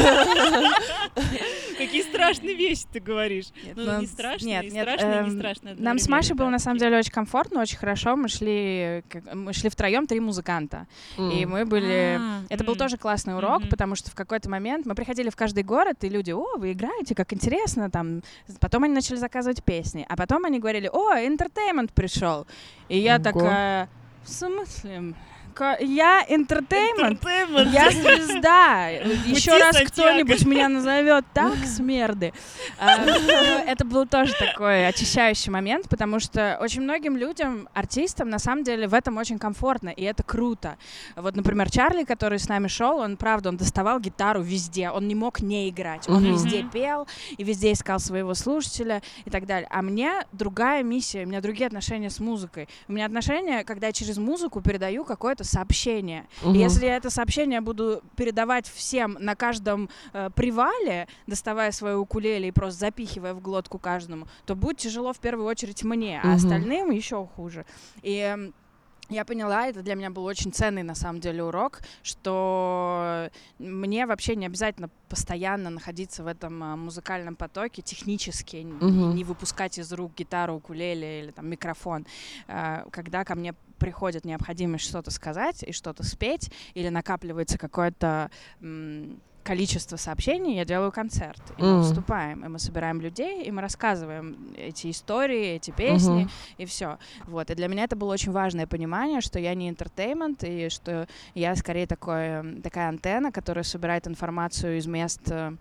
Какие страшные вещи ты говоришь. Нет, Ну, ну, не страшно, нет, и нет, страшно, и не эм, страшно. Нам с Машей было, на самом деле деле, очень комфортно, очень хорошо. Мы шли, как- мы шли втроем, три музыканта. И М. мы были... А, Это был м. тоже классный урок, Мгм. потому что в какой-то момент мы приходили в каждый город, и люди, о, вы играете, как интересно, там. Потом они начали заказывать песни, а потом они говорили, о, entertainment пришел. И я Ого. такая, в смысле? Ка- Я entertainment? Entertainment. Я звезда. Еще раз Сантьяго. кто-нибудь меня назовет так, смерды. А, ну, Это был тоже такой очищающий момент, потому что очень многим людям, артистам, на самом деле в этом очень комфортно, и это круто. Вот, например, Чарли, который с нами шел, он, правда, он доставал гитару везде, он не мог не играть, он Мгм. везде пел и везде искал своего слушателя и так далее. А мне другая миссия, у меня другие отношения с музыкой. У меня отношения, когда я через музыку передаю какое-то сообщение. И Мгм. если я это сообщение буду передавать всем на каждом э, привале, доставая свою укулеле и просто запихивая в глотку каждому, то будет тяжело в первую очередь мне, а Мгм. остальным еще хуже. И эм, я поняла, это для меня был очень ценный на самом деле урок, что мне вообще не обязательно постоянно находиться в этом а, музыкальном потоке технически, н- Мгм. не выпускать из рук гитару, укулеле или там микрофон. А, Когда ко мне приходит необходимость что-то сказать и что-то спеть, или накапливается какое-то м, количество сообщений, я делаю концерт. И мы Мгм. выступаем, и мы собираем людей, и мы рассказываем эти истории, эти песни, Мгм. и все. Вот. И для меня это было очень важное понимание, что я не интертеймент, и что я скорее такой, такая антенна, которая собирает информацию из мест э,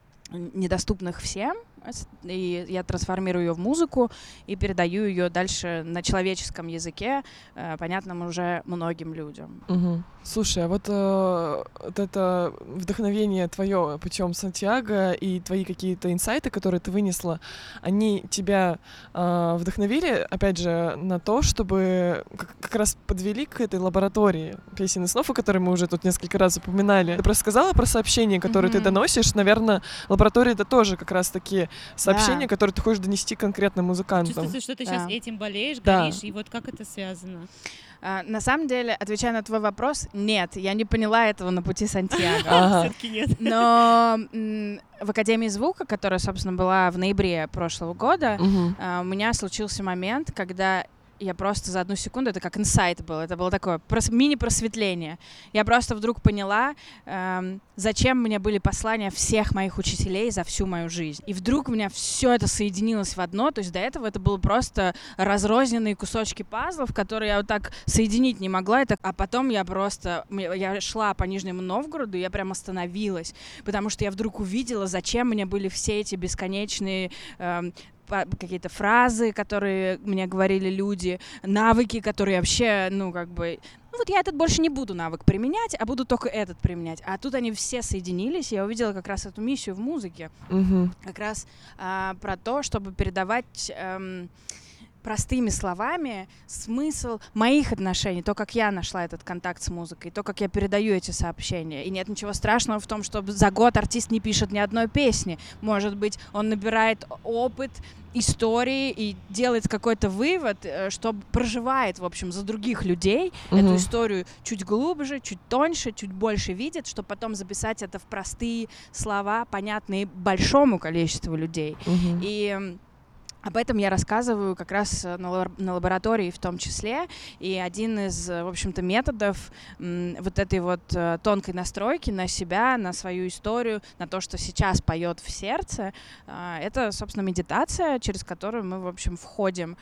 недоступных всем, с- и я трансформирую ее в музыку и передаю ее дальше на человеческом языке, э, понятном уже многим людям. Мгм. Слушай, а вот, э, вот это вдохновение твое путем Сантьяго и твои какие-то инсайты, которые ты вынесла, они тебя э, вдохновили, опять же, на то, чтобы как, как раз подвели к этой лаборатории песен и снов, о которой мы уже тут несколько раз упоминали. Ты просто сказала про сообщения, которые ты Мгм. доносишь. Наверное, лаборатория — это тоже как раз-таки сообщения, Да. которые ты хочешь донести конкретным музыкантам. Чувствуется, что ты сейчас Да. этим болеешь, Да. горишь, и вот как это связано? А, на самом деле, отвечая на твой вопрос, нет, я не поняла этого на пути Сантьяго. Ага. Все-таки нет. Но м, в Академии звука, которая, собственно, была в ноябре прошлого года, Мгм. а, у меня случился момент, когда я просто за одну секунду, это как инсайт был, это было такое прос- мини-просветление. Я просто вдруг поняла, эм, зачем мне были послания всех моих учителей за всю мою жизнь. И вдруг у меня все это соединилось в одно, то есть до этого это было просто разрозненные кусочки пазлов, которые я вот так соединить не могла. Это... А потом я просто, мне- я шла по Нижнему Новгороду, и я прям остановилась, потому что я вдруг увидела, зачем мне были все эти бесконечные эм, па- какие-то фразы, которые мне говорили люди, навыки, которые вообще, ну, как бы... Ну, вот я этот больше не буду навык применять, а буду только этот применять. А тут они все соединились, и я увидела как раз эту миссию в музыке. Мгм. Как раз а, про то, чтобы передавать... эм, простыми словами смысл моих отношений, то, как я нашла этот контакт с музыкой, то, как я передаю эти сообщения. И нет ничего страшного в том, что за год артист не пишет ни одной песни. Может быть, он набирает опыт, истории и делает какой-то вывод, э, что проживает, в общем, за других людей Мгм. эту историю чуть глубже, чуть тоньше, чуть больше видит, чтобы потом записать это в простые слова, понятные большому количеству людей. Мгм. И м, об этом я рассказываю как раз э, на, лабор- на лаборатории в том числе. И один из, э, в общем-то, методов м, вот этой вот э, тонкой настройки на себя, на свою историю, на то, что сейчас поет в сердце, э, это, собственно, медитация, через которую мы, в общем, входим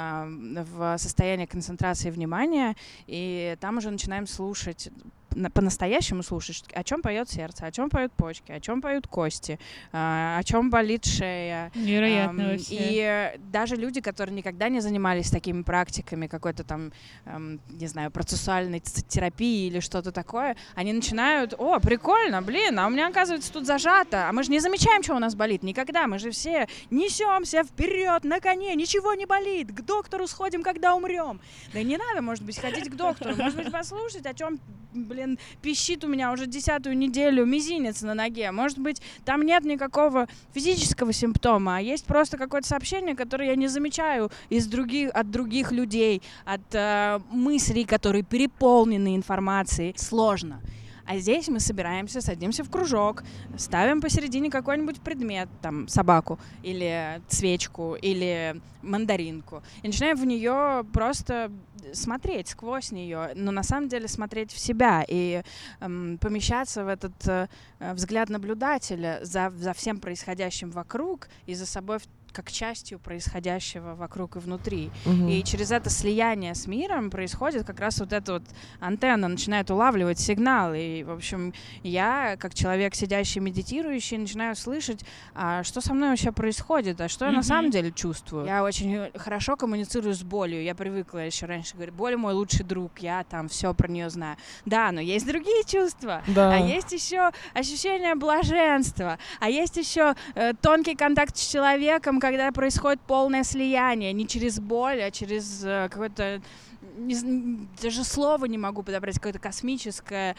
э, в состояние концентрации внимания, и там уже начинаем слушать, на- по-настоящему слушать, о чем поет сердце, о чем поют почки, о чем поют кости, э, о чем болит шея. Невероятно Ам, вообще. И э, даже люди, которые никогда не занимались такими практиками, какой-то там, эм, не знаю, процессуальной ц- терапии или что-то такое, они начинают: о, прикольно, блин, а у меня, оказывается, тут зажато, а мы же не замечаем, что у нас болит никогда, мы же все несемся вперед на коне, ничего не болит, к доктору сходим, когда умрем. Да не надо, может быть, ходить к доктору, может быть, послушать, о чем, блин, пищит у меня уже десятую неделю мизинец на ноге. Может быть, там нет никакого физического симптома, а есть просто какое-то сообщение, которое я не замечаю из других, от других людей, от э, мыслей, которые переполнены информацией. Сложно. А здесь мы собираемся, садимся в кружок, ставим посередине какой-нибудь предмет, там, собаку, или свечку, или мандаринку, и начинаем в нее просто смотреть сквозь нее, но на самом деле смотреть в себя и эм, помещаться в этот э, взгляд наблюдателя за, за всем происходящим вокруг и за собой в- как частью происходящего вокруг и внутри. Мгм. И через это слияние с миром происходит как раз вот эта вот антенна, начинает улавливать сигналы. И, в общем, я, как человек, сидящий, медитирующий, начинаю слышать, а что со мной вообще происходит, а что я на Мгм. самом деле чувствую. Я очень хорошо коммуницирую с болью. Я привыкла еще раньше говорить: боль мой лучший друг, я там все про нее знаю. Да, но есть другие чувства. Да. А есть еще ощущение блаженства, а есть еще э, тонкий контакт с человеком, когда происходит полное слияние, не через боль, а через э, какое-то, не з- даже слова не могу подобрать, какое-то космическое,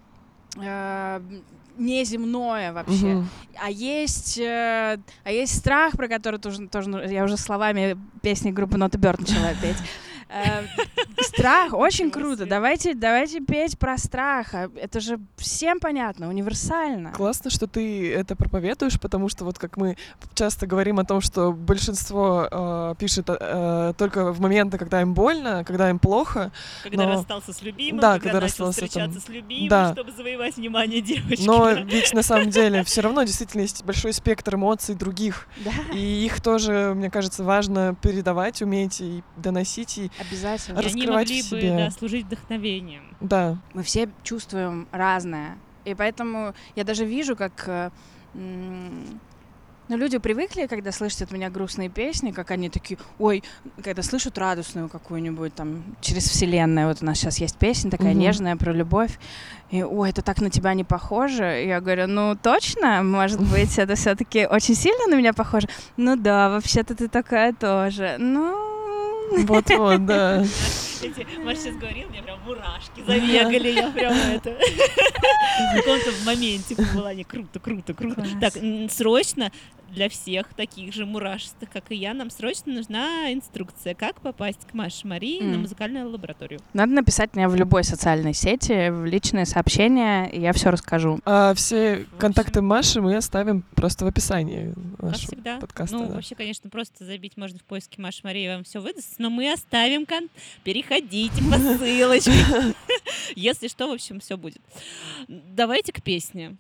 э, неземное вообще. Мгм. А есть, э, а есть страх, про который тоже, тоже ну, я уже словами песни группы Not a Bird начала петь. Э, Страх, очень Ничего круто. себе. Давайте, давайте петь про страх. А Это же всем понятно, универсально. Классно, что ты это проповедуешь, потому что вот как мы часто говорим о том, что большинство э, пишет э, только в моменты, когда им больно, когда им плохо, Когда но- расстался с любимым, Да, когда, когда начал расстался встречаться там- с любимым, да. чтобы завоевать внимание девочки. но ведь на самом деле все равно действительно есть большой спектр эмоций других, Да, и их тоже, мне кажется, важно передавать, уметь и доносить, и обязательно. И они раскрывать могли в бы себе. да, служить вдохновением. да. Мы все чувствуем разное. И поэтому я даже вижу, как э, м, ну, люди привыкли, когда слышат от меня грустные песни, как они такие, ой, когда слышат радостную какую-нибудь там через вселенную. Вот у нас сейчас есть песня такая Мгм. нежная про любовь. И, ой, это так на тебя не похоже. И я говорю, ну точно, может быть, это все-таки очень сильно на меня похоже. Ну да, вообще-то ты такая тоже. Ну. Вот-вот, да. Эти, Маша сейчас говорила, у меня прям мурашки забегали, я прям это... В каком-то моменте была не круто, круто, круто. Класс. Так, м, срочно для всех таких же мурашистых, как и я, нам срочно нужна инструкция, как попасть к Маше Марии на М. музыкальную лабораторию. Надо написать мне в любой социальной сети, в личные сообщения, и я все расскажу. А все В контакты общем- Маши мы оставим просто в описании Как нашего всегда. подкаста. Ну, да. вообще, конечно, просто забить можно в поиске Маши Марии, вам все выдаст, но мы оставим кон... Переходите по ссылочке. Если что, в общем, все будет. Давайте к песне.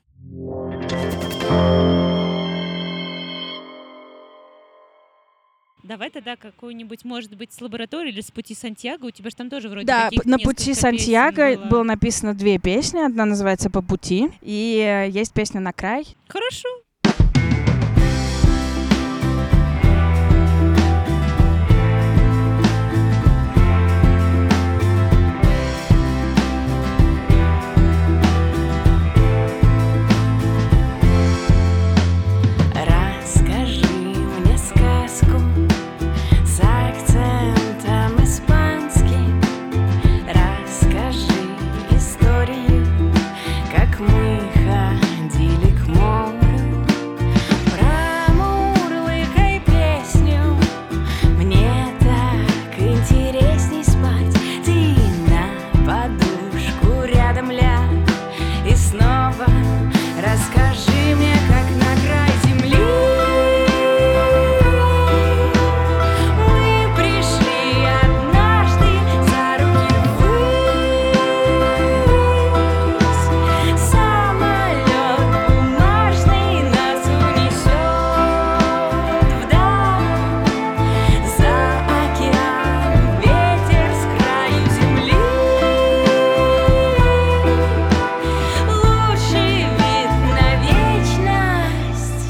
Давай тогда какую-нибудь, может быть, с лаборатории или с пути Сантьяго. У тебя же там тоже вроде Да, каких-то на пути несколько Сантьяго песен было. было написано две песни. Одна называется «По пути», и э, есть песня «На край». Хорошо. Расскажи мне сказку с акцентом испанским. Расскажи историю, как мы ходили к морю. Промурлыкай песню, мне так интересней спать. Ты на подушку рядом ляг и снова расскажи мне, как на край земли мы пришли однажды за руки ввысь. Самолет бумажный нас унесет вдаль, за океан ветер с краю земли. Лучший вид на вечность.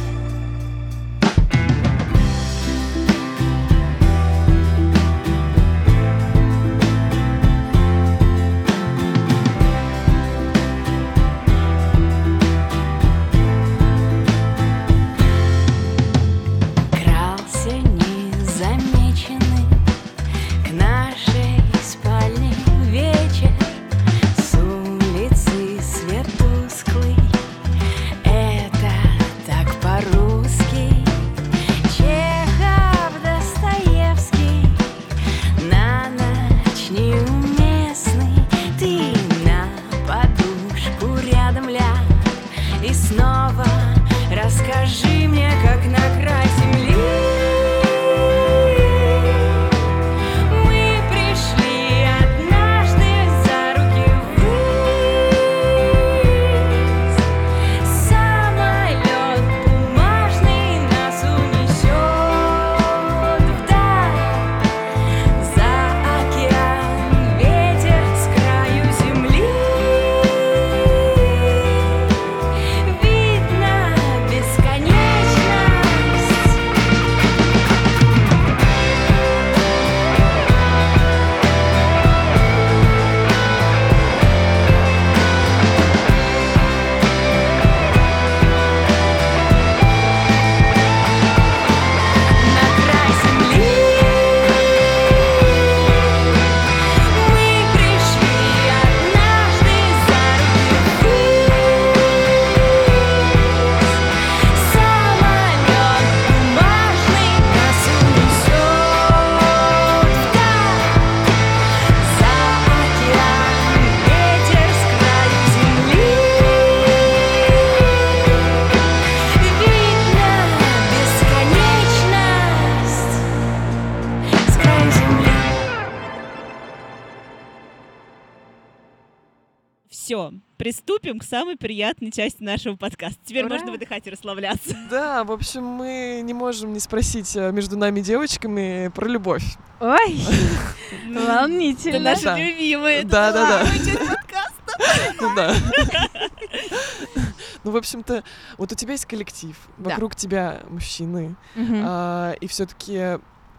Крался незамеченный к нашей спальне вечер. С улицы свет тусклый, это так по-русски. Чехов, Достоевский, на ночь неуместный. Ты на подушку рядом ляг и снова расскажи мне, как на край земли мы пришли однажды за руки ввысь. Самолет бумажный нас унесет вдаль, за океан ветер с краю земли. Вид на Все, приступим к самой приятной части нашего подкаста. Теперь Ура! можно выдыхать и расслабляться. Да, в общем, мы не можем не спросить э, между нами девочками про любовь. Ой, Это волнительно. наши Да. любимые. это Да, да, да. любимая часть подкаста. Ну да. Ну, в общем-то, вот у тебя есть коллектив, Да. вокруг тебя мужчины, Мгм. а, и все-таки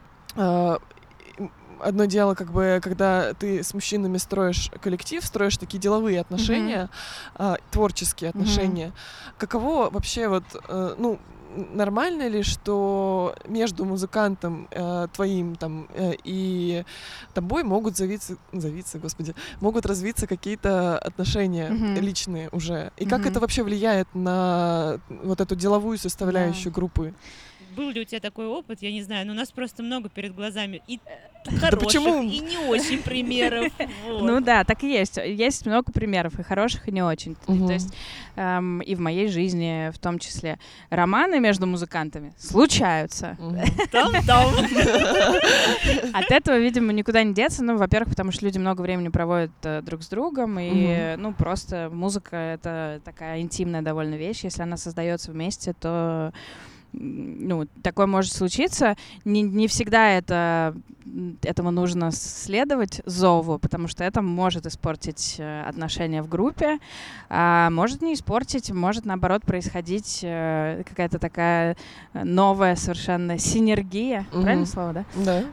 одно дело, как бы, когда ты с мужчинами строишь коллектив, строишь такие деловые отношения, а, творческие Мгм. отношения. Каково вообще вот, э, ну, нормально ли, что между музыкантом э, твоим там э, и тобой могут завиться, завиться, господи, могут развиться какие-то отношения Мгм. личные уже? И как Мгм. это вообще влияет на вот эту деловую составляющую группы? Был ли у тебя такой опыт? Я не знаю, но у нас просто много перед глазами и Да хороших, почему? и не очень примеров. Вот. Ну да, так и есть. Есть много примеров, и хороших, и не очень. И, Мгм. То есть эм, и в моей жизни в том числе романы между музыкантами случаются. Мгм. Там-там. От этого, видимо, никуда не деться. Ну, во-первых, потому что люди много времени проводят э, друг с другом, и, ну, просто музыка — это такая интимная довольно вещь. Если она создается вместе, то м, ну, такое может случиться. Не, не всегда это, м, этому нужно следовать зову, потому что это может испортить э, отношения в группе, а может не испортить, может, наоборот, происходить э, какая-то такая э, новая совершенно синергия. Мгм. Правильно слово, да? Да.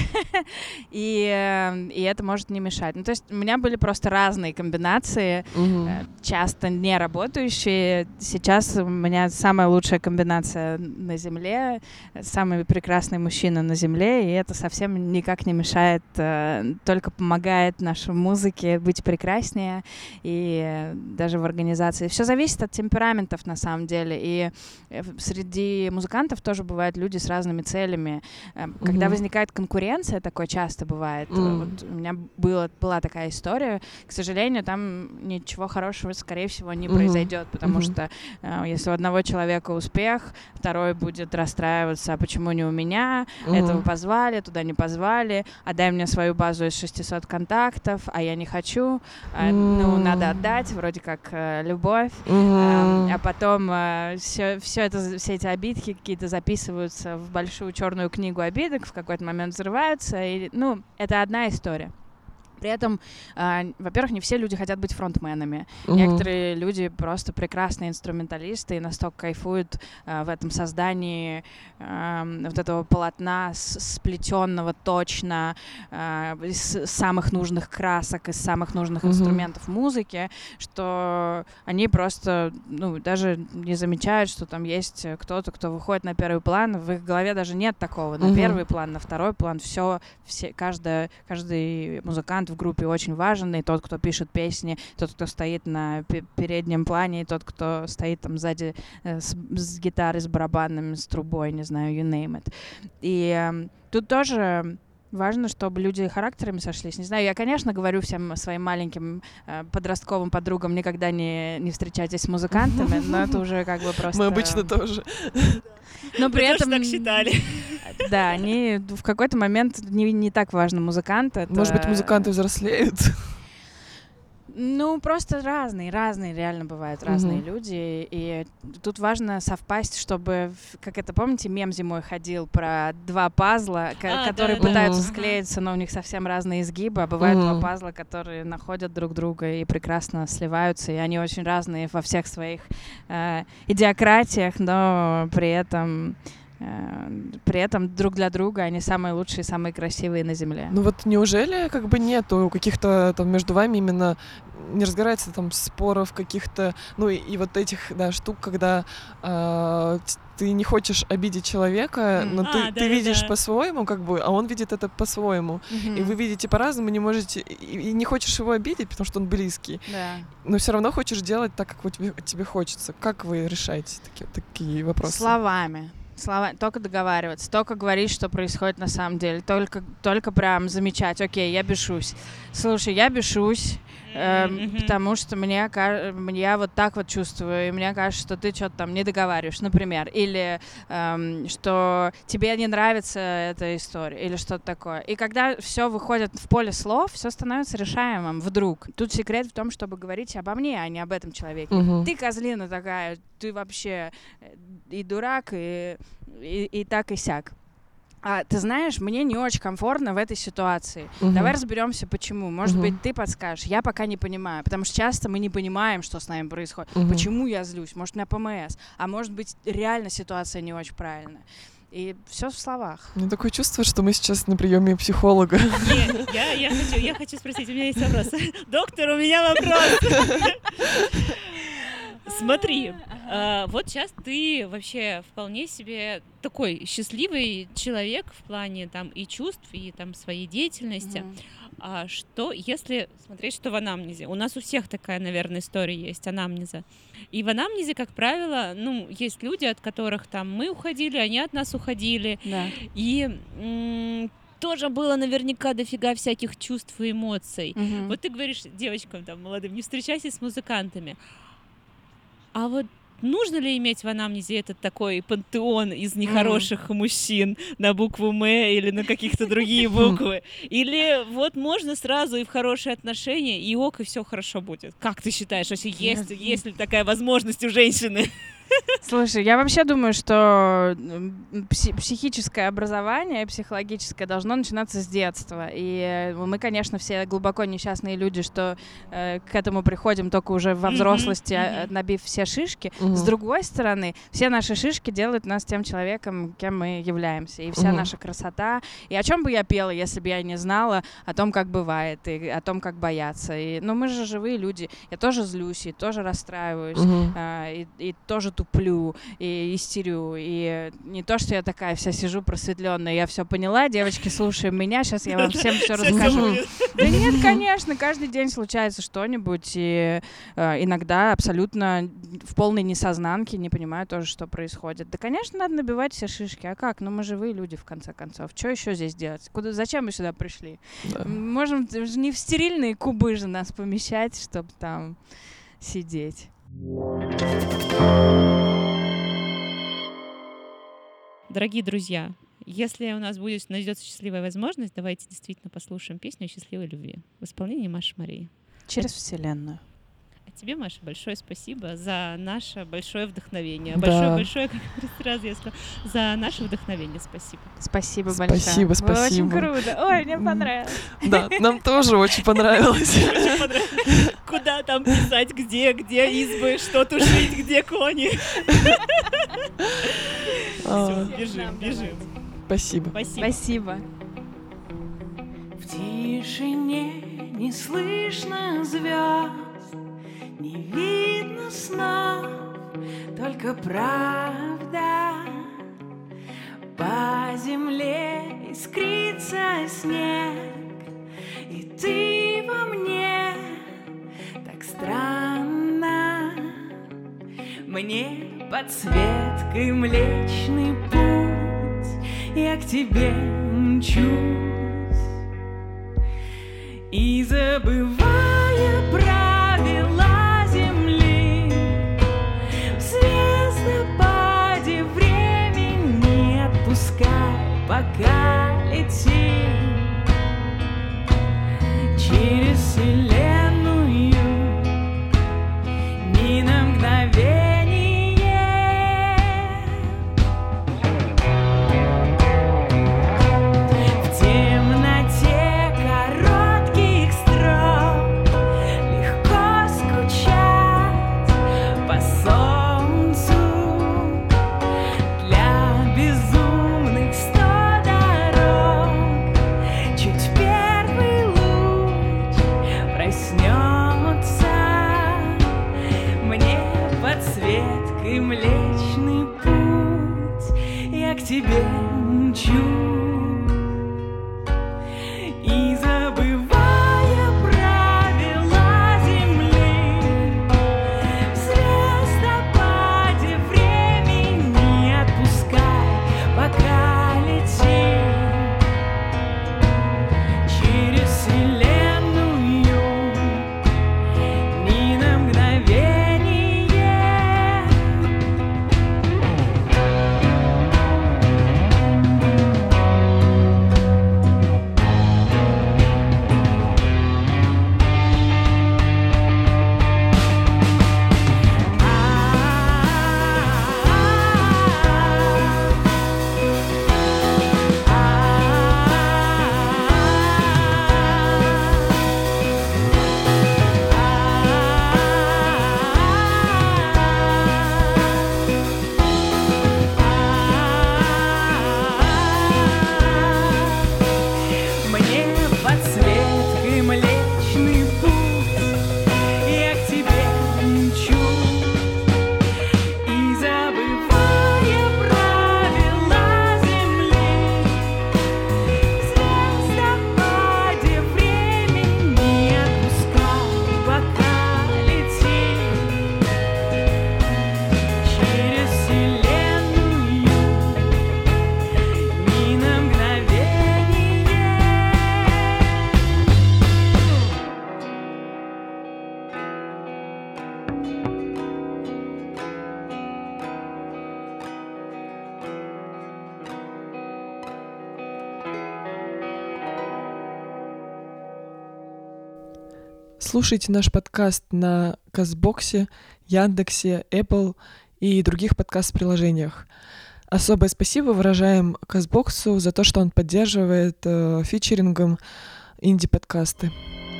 И, э, и это может не мешать. Ну, то есть у меня были просто разные комбинации, Мгм. э, часто не работающие. Сейчас у меня самая лучшая комбинация на Земле, самый прекрасный мужчина на Земле, и это совсем никак не мешает, э, только помогает нашей музыке быть прекраснее, и э, даже в организации. Все зависит от темпераментов, на самом деле, и э, в- среди музыкантов тоже бывают люди с разными целями. Э, Когда Мгм. возникает конкуренция, такое часто бывает. Э, Мгм. Вот у меня было, была такая история, к сожалению, там ничего хорошего, скорее всего, не Мгм. произойдет, потому Мгм. что э, если у одного человека успех, второй будет расстраиваться, а почему не у меня, Мгм. этого позвали, туда не позвали, а дай мне свою базу из шестисот контактов, а я не хочу, а, ну, М. надо отдать, вроде как э, любовь. Мгм. А, а потом все, все, это, все эти обидки какие-то записываются в большую черную книгу обидок, в какой-то момент взрываются. И, ну, это одна история. При этом, а, во-первых, не все люди хотят быть фронтменами. Мгм. Некоторые люди просто прекрасные инструменталисты и настолько кайфуют а, в этом создании а, вот этого полотна с- сплетенного точно а, из самых нужных красок, из самых нужных Мгм. инструментов музыки, что они просто, ну, даже не замечают, что там есть кто-то, кто выходит на первый план. В их голове даже нет такого. На Мгм. первый план, на второй план все, все каждая, каждый музыкант в группе очень важен, и тот, кто пишет песни, тот, кто стоит на пе- переднем плане, и тот, кто стоит там сзади э, с, с гитарой, с барабанами, с трубой, не знаю, you name it. И эм, тут тоже важно, чтобы люди характерами сошлись. Не знаю, я, конечно, говорю всем своим маленьким э, подростковым подругам, никогда не, не встречайтесь с музыкантами, но это уже как бы просто... Мы обычно тоже. Но при Мы тоже этом... так считали. Да, они в какой-то момент не, не так важно музыкант. Это... Может быть, музыканты взрослеют? Ну, просто разные, разные реально бывают, разные Мгм. люди. И тут важно совпасть, чтобы, в- как это, помните, мем зимой ходил про два пазла, ко- А, которые да-да-да. пытаются Мгм. склеиться, но у них совсем разные изгибы, а бывают два Мгм. пазла, которые находят друг друга и прекрасно сливаются, и они очень разные во всех своих э, идиократиях, но при этом... э, При этом друг для друга они самые лучшие, самые красивые на Земле. Ну вот неужели как бы нету каких-то там между вами именно не разгорается там споров каких-то, ну и, и вот этих, да, штук, когда а, т- ты не хочешь обидеть человека, Мгм. но А, ты, ты да-да-да. видишь по-своему, как бы, а он видит это по-своему. Мгм. И вы видите по-разному, не можете, и, и не хочешь его обидеть, потому что он близкий, Да. но все равно хочешь делать так, как вот тебе, тебе хочется. Как вы решаете такие, такие вопросы? Словами. Слова, только договариваться, только говорить, что происходит на самом деле, только, только прям замечать, окей, я бешусь. Слушай, я бешусь, э, Мгм. потому что мне, ка- я вот так вот чувствую, и мне кажется, что ты что-то там не договариваешь, например, или эм, что тебе не нравится эта история, или что-то такое. И когда все выходит в поле слов, все становится решаемым вдруг. Тут секрет в том, чтобы говорить обо мне, а не об этом человеке. Мгм. Ты козлина такая, ты вообще э, и дурак, и, и, и так, и сяк. А ты знаешь, мне не очень комфортно в этой ситуации. Мгм. Давай разберемся, почему. Может Мгм. быть, ты подскажешь. Я пока не понимаю, потому что часто мы не понимаем, что с нами происходит. Мгм. Почему я злюсь? Может, у меня ПМС, а может быть, реально ситуация не очень правильная. И все в словах. У меня такое чувство, что мы сейчас на приеме психолога. Не, я, я, хочу, я хочу спросить, у меня есть вопрос. Доктор, у меня вопрос. Смотри, а, вот сейчас ты вообще вполне себе такой счастливый человек в плане там и чувств, и там своей деятельности. Мгм. А что, если смотреть, что в анамнезе? У нас у всех такая, наверное, история есть, анамнеза. И в анамнезе, как правило, ну, есть люди, от которых там мы уходили, они от нас уходили. Да. И м, тоже было наверняка дофига всяких чувств и эмоций. Мгм. Вот ты говоришь девочкам там молодым, не встречайся с музыкантами. А вот нужно ли иметь в анамнезе этот такой пантеон из нехороших мужчин на букву М или на каких-то другие буквы? Или вот можно сразу и в хорошие отношения, и ок, и все хорошо будет? Как ты считаешь, вообще есть, есть ли такая возможность у женщины? Слушай, я вообще думаю, что м, пси- психическое образование, психологическое должно начинаться с детства. И э, мы, конечно, все глубоко несчастные люди, что э, к этому приходим только уже во Мгм, взрослости, мгм. а, набив все шишки. Мгм. С другой стороны, все наши шишки делают нас тем человеком, кем мы являемся. И вся Мгм. наша красота. И о чем бы я пела, если бы я не знала о том, как бывает, и о том, как бояться. И, ну, мы же живые люди. Я тоже злюсь, и тоже расстраиваюсь. Мгм. А, и, и тоже туплю, и истерю, и не то, что я такая вся сижу просветленная, я все поняла, девочки, слушаем меня, сейчас я вам всем все Всё расскажу. будет. Да нет, конечно, каждый день случается что-нибудь, и э, иногда абсолютно в полной несознанке не понимаю тоже, что происходит. Да, конечно, надо набивать все шишки, а как? Ну мы живые люди, в конце концов. Что еще здесь делать? Куда, зачем мы сюда пришли? Да. М, Можем ж не в стерильные кубы же нас помещать, чтобы там сидеть. Дорогие друзья, если у нас будет найдется счастливая возможность, давайте действительно послушаем песню о счастливой любви в исполнении Маши Марии. Через вселенную. А тебе, Маша, большое спасибо за наше большое вдохновение. Да. Большое-большое, как раз я сказала, за наше вдохновение. Спасибо. Спасибо Спасибо, большое. Вы спасибо. Очень круто. Ой, мне понравилось. Да, нам тоже очень понравилось. Очень понравилось. Куда там писать, где, где избы, что тушить, где кони. А, Всё, бежим, бежим. Спасибо. Спасибо. Спасибо. В тишине не слышно звезд, не видно снов, только правда. По земле искрится снег, и ты во мне так странно. Мне подсветкой Млечный Путь, я к тебе мчусь. И забывая правила земли, в звездопаде времени не отпускай, пока летим через вселенную ни на мгновение. В темноте коротких строк легко скучать по солнцу. Для безумных сто дорог чуть первый луч проснется. Мне подсветкой Млечный Путь, я к тебе мчусь. И забывая правила земли, в звездопаде времени не отпускай, пока летим через вселенную Слушайте наш подкаст на Казбоксе, Яндексе, Apple и других подкаст-приложениях. Особое спасибо выражаем Казбоксу за то, что он поддерживает э, фичерингом инди-подкасты.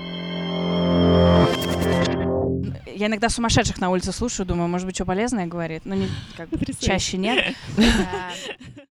Я иногда сумасшедших на улице слушаю, думаю, может быть, что полезное говорит, но не, как бы, Потрясающе. чаще нет. А,